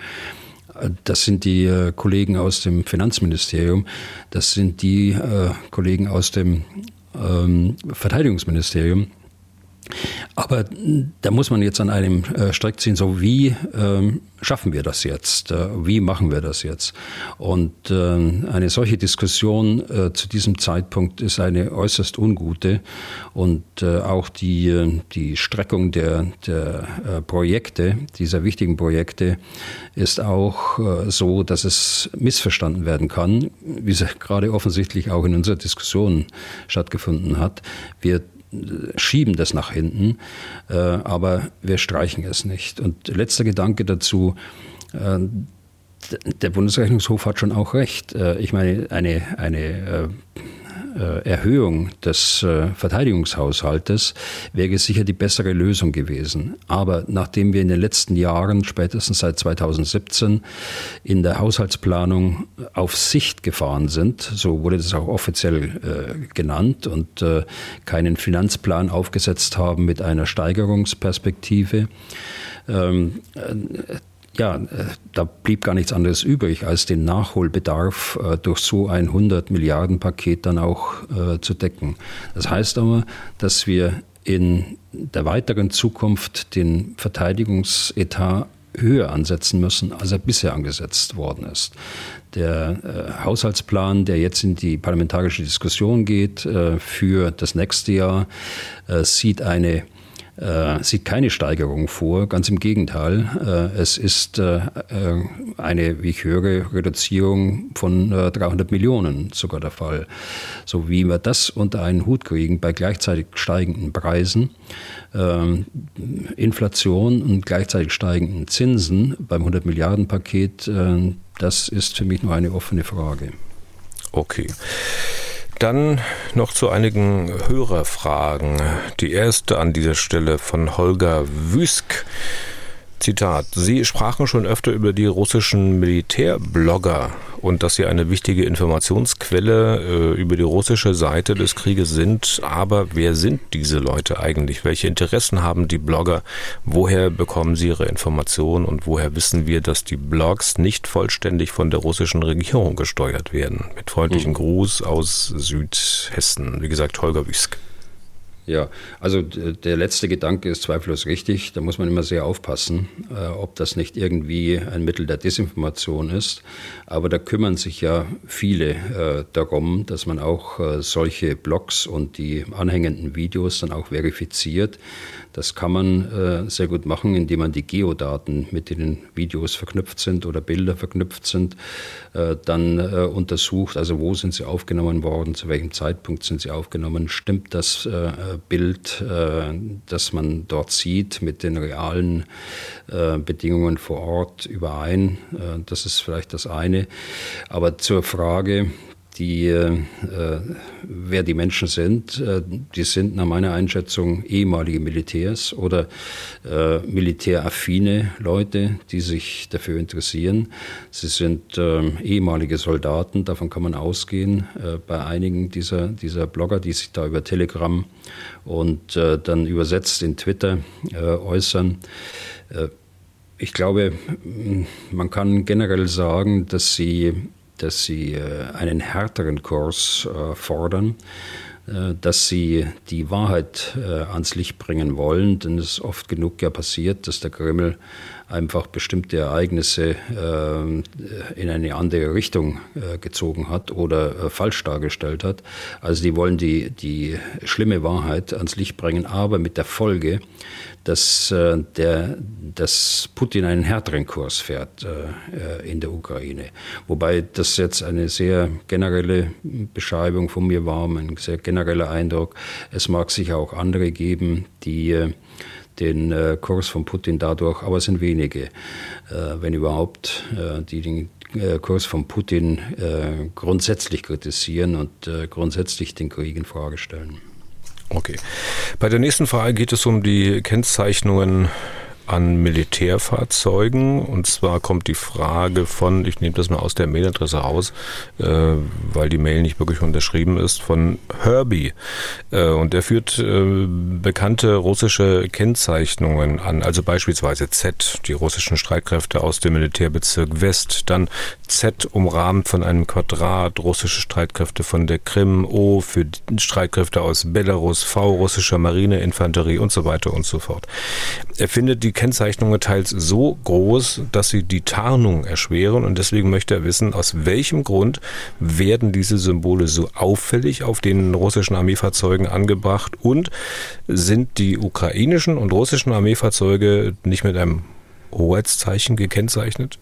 Das sind die äh, Kollegen aus dem Finanzministerium, das sind die äh, Kollegen aus dem ähm, Verteidigungsministerium. Aber da muss man jetzt an einem äh, Strick ziehen, so wie ähm, schaffen wir das jetzt, äh, wie machen wir das jetzt? Und äh, eine solche Diskussion äh, zu diesem Zeitpunkt ist eine äußerst ungute und äh, auch die, die Streckung der, der äh, Projekte, dieser wichtigen Projekte ist auch äh, so, dass es missverstanden werden kann, wie es gerade offensichtlich auch in unserer Diskussion stattgefunden hat. Wir schieben das nach hinten, äh, aber wir streichen es nicht. Und letzter Gedanke dazu, äh, der Bundesrechnungshof hat schon auch recht. Äh, ich meine, eine, eine äh, Erhöhung des äh, Verteidigungshaushaltes wäre sicher die bessere Lösung gewesen. Aber nachdem wir in den letzten Jahren, spätestens seit zweitausendsiebzehn, in der Haushaltsplanung auf Sicht gefahren sind, so wurde das auch offiziell äh, genannt, und äh, keinen Finanzplan aufgesetzt haben mit einer Steigerungsperspektive, ähm, äh, Ja, da blieb gar nichts anderes übrig, als den Nachholbedarf äh, durch so ein hundert Milliarden Paket dann auch äh, zu decken. Das heißt aber, dass wir in der weiteren Zukunft den Verteidigungsetat höher ansetzen müssen, als er bisher angesetzt worden ist. Der äh, Haushaltsplan, der jetzt in die parlamentarische Diskussion geht äh, für das nächste Jahr, äh, sieht eine Äh, sieht keine Steigerung vor, ganz im Gegenteil. Äh, es ist äh, eine, wie ich höre, Reduzierung von äh, dreihundert Millionen sogar der Fall. So wie wir das unter einen Hut kriegen bei gleichzeitig steigenden Preisen, äh, Inflation und gleichzeitig steigenden Zinsen beim hundert Milliarden Paket, äh, das ist für mich nur eine offene Frage. Okay. Dann noch zu einigen Hörerfragen. Die erste an dieser Stelle von Holger Wüsk. Zitat: Sie sprachen schon öfter über die russischen Militärblogger und dass sie eine wichtige Informationsquelle äh, über die russische Seite des Krieges sind. Aber wer sind diese Leute eigentlich? Welche Interessen haben die Blogger? Woher bekommen sie ihre Informationen? Und woher wissen wir, dass die Blogs nicht vollständig von der russischen Regierung gesteuert werden? Mit freundlichem Gruß aus Südhessen. Wie gesagt, Holger Wüsk. Ja, also der letzte Gedanke ist zweifellos richtig. Da muss man immer sehr aufpassen, äh, ob das nicht irgendwie ein Mittel der Desinformation ist. Aber da kümmern sich ja viele äh, darum, dass man auch äh, solche Blogs und die anhängenden Videos dann auch verifiziert. Das kann man äh, sehr gut machen, indem man die Geodaten, mit denen Videos verknüpft sind oder Bilder verknüpft sind, äh, dann äh, untersucht. Also wo sind sie aufgenommen worden, zu welchem Zeitpunkt sind sie aufgenommen, stimmt das äh, Bild, äh, das man dort sieht, mit den realen äh, Bedingungen vor Ort überein. Äh, das ist vielleicht das eine. Aber zur Frage, die, äh, wer die Menschen sind, äh, die sind nach meiner Einschätzung ehemalige Militärs oder äh, militäraffine Leute, die sich dafür interessieren. Sie sind äh, ehemalige Soldaten, davon kann man ausgehen, äh, bei einigen dieser, dieser Blogger, die sich da über Telegram und äh, dann übersetzt in Twitter äh, äußern. Äh, ich glaube, man kann generell sagen, dass sie dass sie einen härteren Kurs fordern, dass sie die Wahrheit ans Licht bringen wollen, denn es ist oft genug ja passiert, dass der Kreml einfach bestimmte Ereignisse in eine andere Richtung gezogen hat oder falsch dargestellt hat. Also die wollen die, die schlimme Wahrheit ans Licht bringen, aber mit der Folge, dass, der, dass Putin einen härteren Kurs fährt äh, in der Ukraine. Wobei das jetzt eine sehr generelle Beschreibung von mir war, ein sehr genereller Eindruck. Es mag sicher auch andere geben, die, den äh, Kurs von Putin dadurch, aber es sind wenige, äh, wenn überhaupt, äh, die den äh, Kurs von Putin äh, grundsätzlich kritisieren und äh, grundsätzlich den Krieg in Frage stellen. Okay. Bei der nächsten Frage geht es um die Kennzeichnungen an Militärfahrzeugen, und zwar kommt die Frage von, ich nehme das mal aus der Mailadresse raus, äh, weil die Mail nicht wirklich unterschrieben ist, von Herbie, äh, und er führt äh, bekannte russische Kennzeichnungen an, also beispielsweise Z, die russischen Streitkräfte aus dem Militärbezirk West, dann Z umrahmt von einem Quadrat, russische Streitkräfte von der Krim, O für Streitkräfte aus Belarus, V russischer Marineinfanterie und so weiter und so fort. Er findet die Kennzeichnungen teils so groß, dass sie die Tarnung erschweren, und deswegen möchte er wissen, aus welchem Grund werden diese Symbole so auffällig auf den russischen Armeefahrzeugen angebracht, und sind die ukrainischen und russischen Armeefahrzeuge nicht mit einem Hoheitszeichen gekennzeichnet?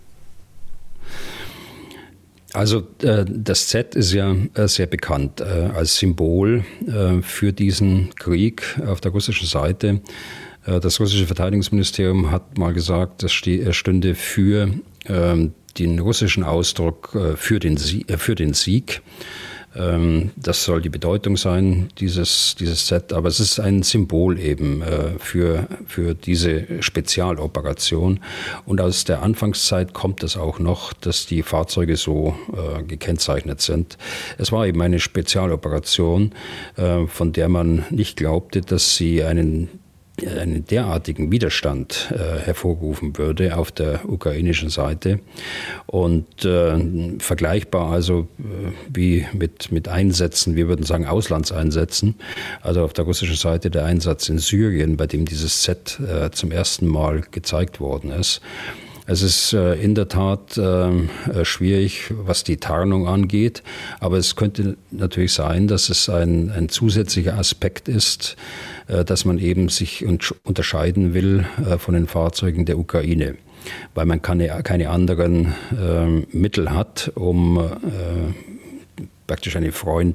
Also äh, das Z ist ja äh, sehr bekannt äh, als Symbol äh, für diesen Krieg auf der russischen Seite. Das russische Verteidigungsministerium hat mal gesagt, es stünde für ähm, den russischen Ausdruck äh, für, den Sie- äh, für den Sieg. Ähm, das soll die Bedeutung sein, dieses, dieses Z. Aber es ist ein Symbol eben äh, für, für diese Spezialoperation. Und aus der Anfangszeit kommt es auch noch, dass die Fahrzeuge so äh, gekennzeichnet sind. Es war eben eine Spezialoperation, äh, von der man nicht glaubte, dass sie einen einen derartigen Widerstand äh, hervorrufen würde auf der ukrainischen Seite. Und äh, vergleichbar also äh, wie mit, mit Einsätzen, wir würden sagen Auslandseinsätzen, also auf der russischen Seite der Einsatz in Syrien, bei dem dieses Z äh, zum ersten Mal gezeigt worden ist. Es ist äh, in der Tat äh, schwierig, was die Tarnung angeht, aber es könnte natürlich sein, dass es ein, ein zusätzlicher Aspekt ist, äh, dass man eben sich unterscheiden will äh, von den Fahrzeugen der Ukraine, weil man keine, keine anderen äh, Mittel hat, um äh, praktisch eine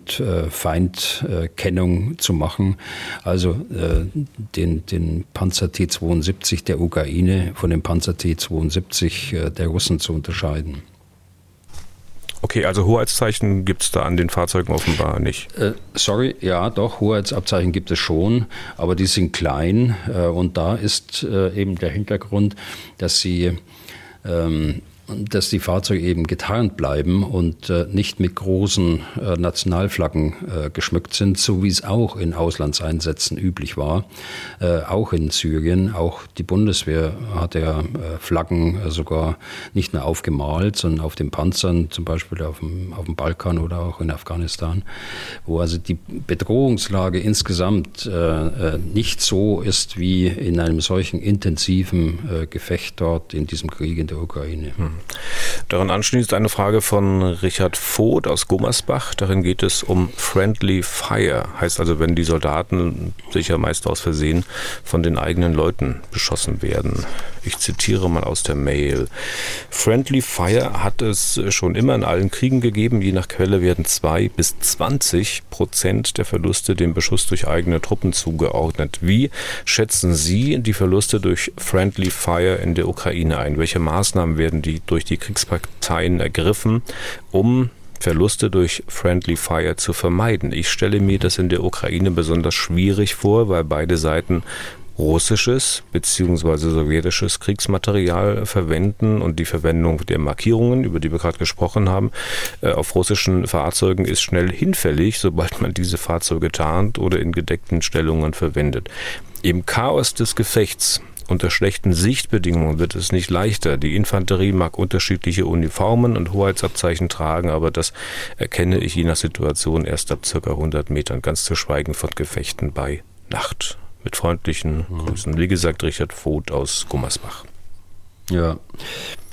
Freund-Feind-Kennung zu machen, also äh, den, den Panzer T zweiundsiebzig der Ukraine von dem Panzer T zweiundsiebzig äh, der Russen zu unterscheiden. Okay, also Hoheitszeichen gibt es da an den Fahrzeugen offenbar nicht. Äh, sorry, ja doch, Hoheitsabzeichen gibt es schon, aber die sind klein äh, und da ist äh, eben der Hintergrund, dass sie ähm, dass die Fahrzeuge eben getarnt bleiben und äh, nicht mit großen äh, Nationalflaggen äh, geschmückt sind, so wie es auch in Auslandseinsätzen üblich war, äh, auch in Syrien. Auch die Bundeswehr hat ja äh, Flaggen äh, sogar nicht nur aufgemalt, sondern auf den Panzern, zum Beispiel auf dem, auf dem Balkan oder auch in Afghanistan, wo also die Bedrohungslage insgesamt äh, nicht so ist wie in einem solchen intensiven äh, Gefecht dort in diesem Krieg in der Ukraine. Hm. Daran anschließend eine Frage von Richard Voth aus Gummersbach. Darin geht es um Friendly Fire. Heißt also, wenn die Soldaten, sicher meist aus Versehen, von den eigenen Leuten beschossen werden. Ich zitiere mal aus der Mail. Friendly Fire hat es schon immer in allen Kriegen gegeben. Je nach Quelle werden zwei bis zwanzig Prozent der Verluste dem Beschuss durch eigene Truppen zugeordnet. Wie schätzen Sie die Verluste durch Friendly Fire in der Ukraine ein? Welche Maßnahmen werden die durch die Kriegsparteien ergriffen, um Verluste durch Friendly Fire zu vermeiden? Ich stelle mir das in der Ukraine besonders schwierig vor, weil beide Seiten russisches bzw. sowjetisches Kriegsmaterial verwenden und die Verwendung der Markierungen, über die wir gerade gesprochen haben, auf russischen Fahrzeugen ist schnell hinfällig, sobald man diese Fahrzeuge tarnt oder in gedeckten Stellungen verwendet. Im Chaos des Gefechts unter schlechten Sichtbedingungen wird es nicht leichter. Die Infanterie mag unterschiedliche Uniformen und Hoheitsabzeichen tragen, aber das erkenne ich je nach Situation erst ab ca. hundert Metern, ganz zu schweigen von Gefechten bei Nacht. Mit freundlichen Grüßen. Wie gesagt, Richard Voth aus Gummersbach. Ja,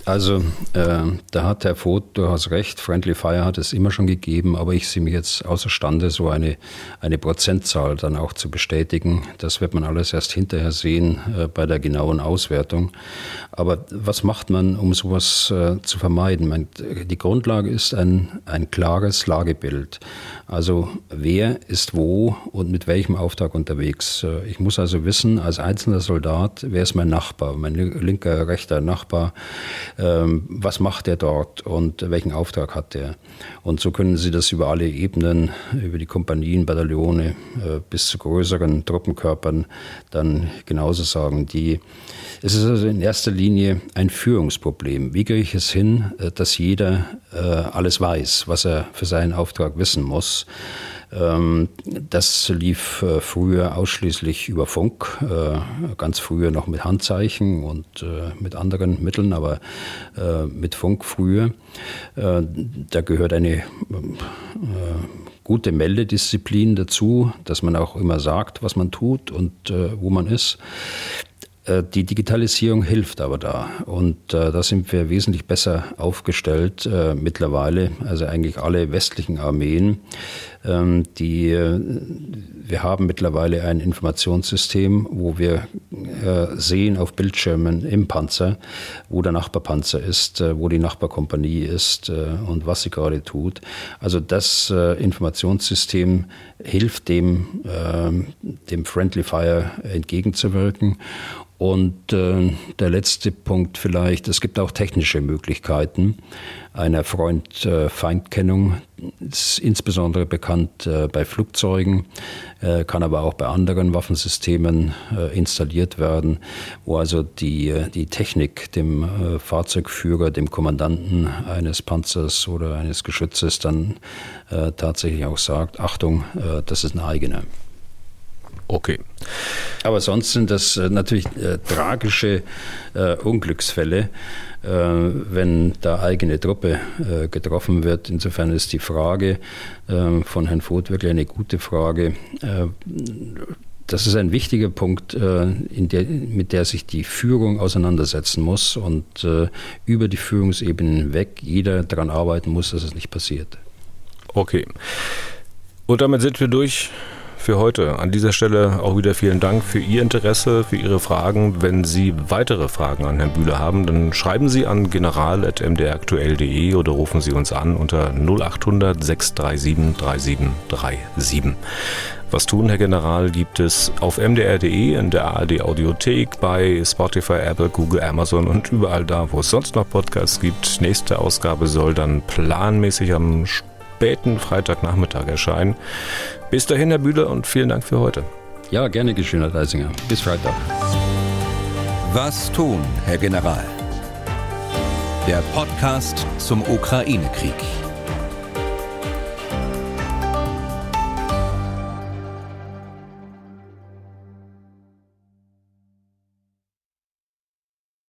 Also äh, da hat Herr Voth durchaus recht, Friendly Fire hat es immer schon gegeben, aber ich sehe mich jetzt außerstande, so eine, eine Prozentzahl dann auch zu bestätigen. Das wird man alles erst hinterher sehen äh, bei der genauen Auswertung. Aber was macht man, um sowas äh, zu vermeiden? Man, die Grundlage ist ein, ein klares Lagebild. Also wer ist wo und mit welchem Auftrag unterwegs. Ich muss also wissen, als einzelner Soldat, wer ist mein Nachbar, mein linker, rechter Nachbar, ähm, was macht er dort und welchen Auftrag hat er. Und so können Sie das über alle Ebenen, über die Kompanien, Bataillone äh, bis zu größeren Truppenkörpern dann genauso sagen. Die, es ist also in erster Linie ein Führungsproblem. Wie kriege ich es hin, dass jeder äh, alles weiß, was er für seinen Auftrag wissen muss? Ähm, das lief äh, früher ausschließlich über Funk, äh, ganz früher noch mit Handzeichen und äh, mit anderen Mitteln, aber äh, mit Funk früher. Äh, da gehört eine äh, gute Meldedisziplin dazu, dass man auch immer sagt, was man tut und äh, wo man ist. Die Digitalisierung hilft aber da und äh, da sind wir wesentlich besser aufgestellt äh, mittlerweile, also eigentlich alle westlichen Armeen. Ähm, die, äh, wir haben mittlerweile ein Informationssystem, wo wir äh, sehen auf Bildschirmen im Panzer, wo der Nachbarpanzer ist, äh, wo die Nachbarkompanie ist äh, und was sie gerade tut. Also das äh, Informationssystem hilft dem, äh, dem Friendly Fire entgegenzuwirken. Und äh, der letzte Punkt vielleicht, es gibt auch technische Möglichkeiten einer Freund-Feind-Kennung. Ist insbesondere bekannt äh, bei Flugzeugen, äh, kann aber auch bei anderen Waffensystemen äh, installiert werden, wo also die, die Technik dem äh, Fahrzeugführer, dem Kommandanten eines Panzers oder eines Geschützes dann äh, tatsächlich auch sagt, Achtung, äh, das ist ein eigener. Okay. Aber sonst sind das äh, natürlich äh, tragische äh, Unglücksfälle, äh, wenn da eigene Truppe äh, getroffen wird. Insofern ist die Frage äh, von Herrn Voth wirklich eine gute Frage. Äh, das ist ein wichtiger Punkt, äh, in der, mit der sich die Führung auseinandersetzen muss und äh, über die Führungsebenen hinweg jeder daran arbeiten muss, dass es nicht passiert. Okay. Und damit sind wir durch für heute. An dieser Stelle auch wieder vielen Dank für Ihr Interesse, für Ihre Fragen. Wenn Sie weitere Fragen an Herrn Bühler haben, dann schreiben Sie an general at m d r aktuell punkt d e oder rufen Sie uns an unter null acht hundert sechs drei sieben drei sieben drei sieben. Was tun, Herr General, gibt es auf m d r punkt d e, in der A R D Audiothek, bei Spotify, Apple, Google, Amazon und überall da, wo es sonst noch Podcasts gibt. Nächste Ausgabe soll dann planmäßig am späten Freitagnachmittag erscheinen. Bis dahin, Herr Bühler, und vielen Dank für heute. Ja, gerne geschehen, Herr Deisinger. Bis Freitag. Was tun, Herr General? Der Podcast zum Ukraine-Krieg.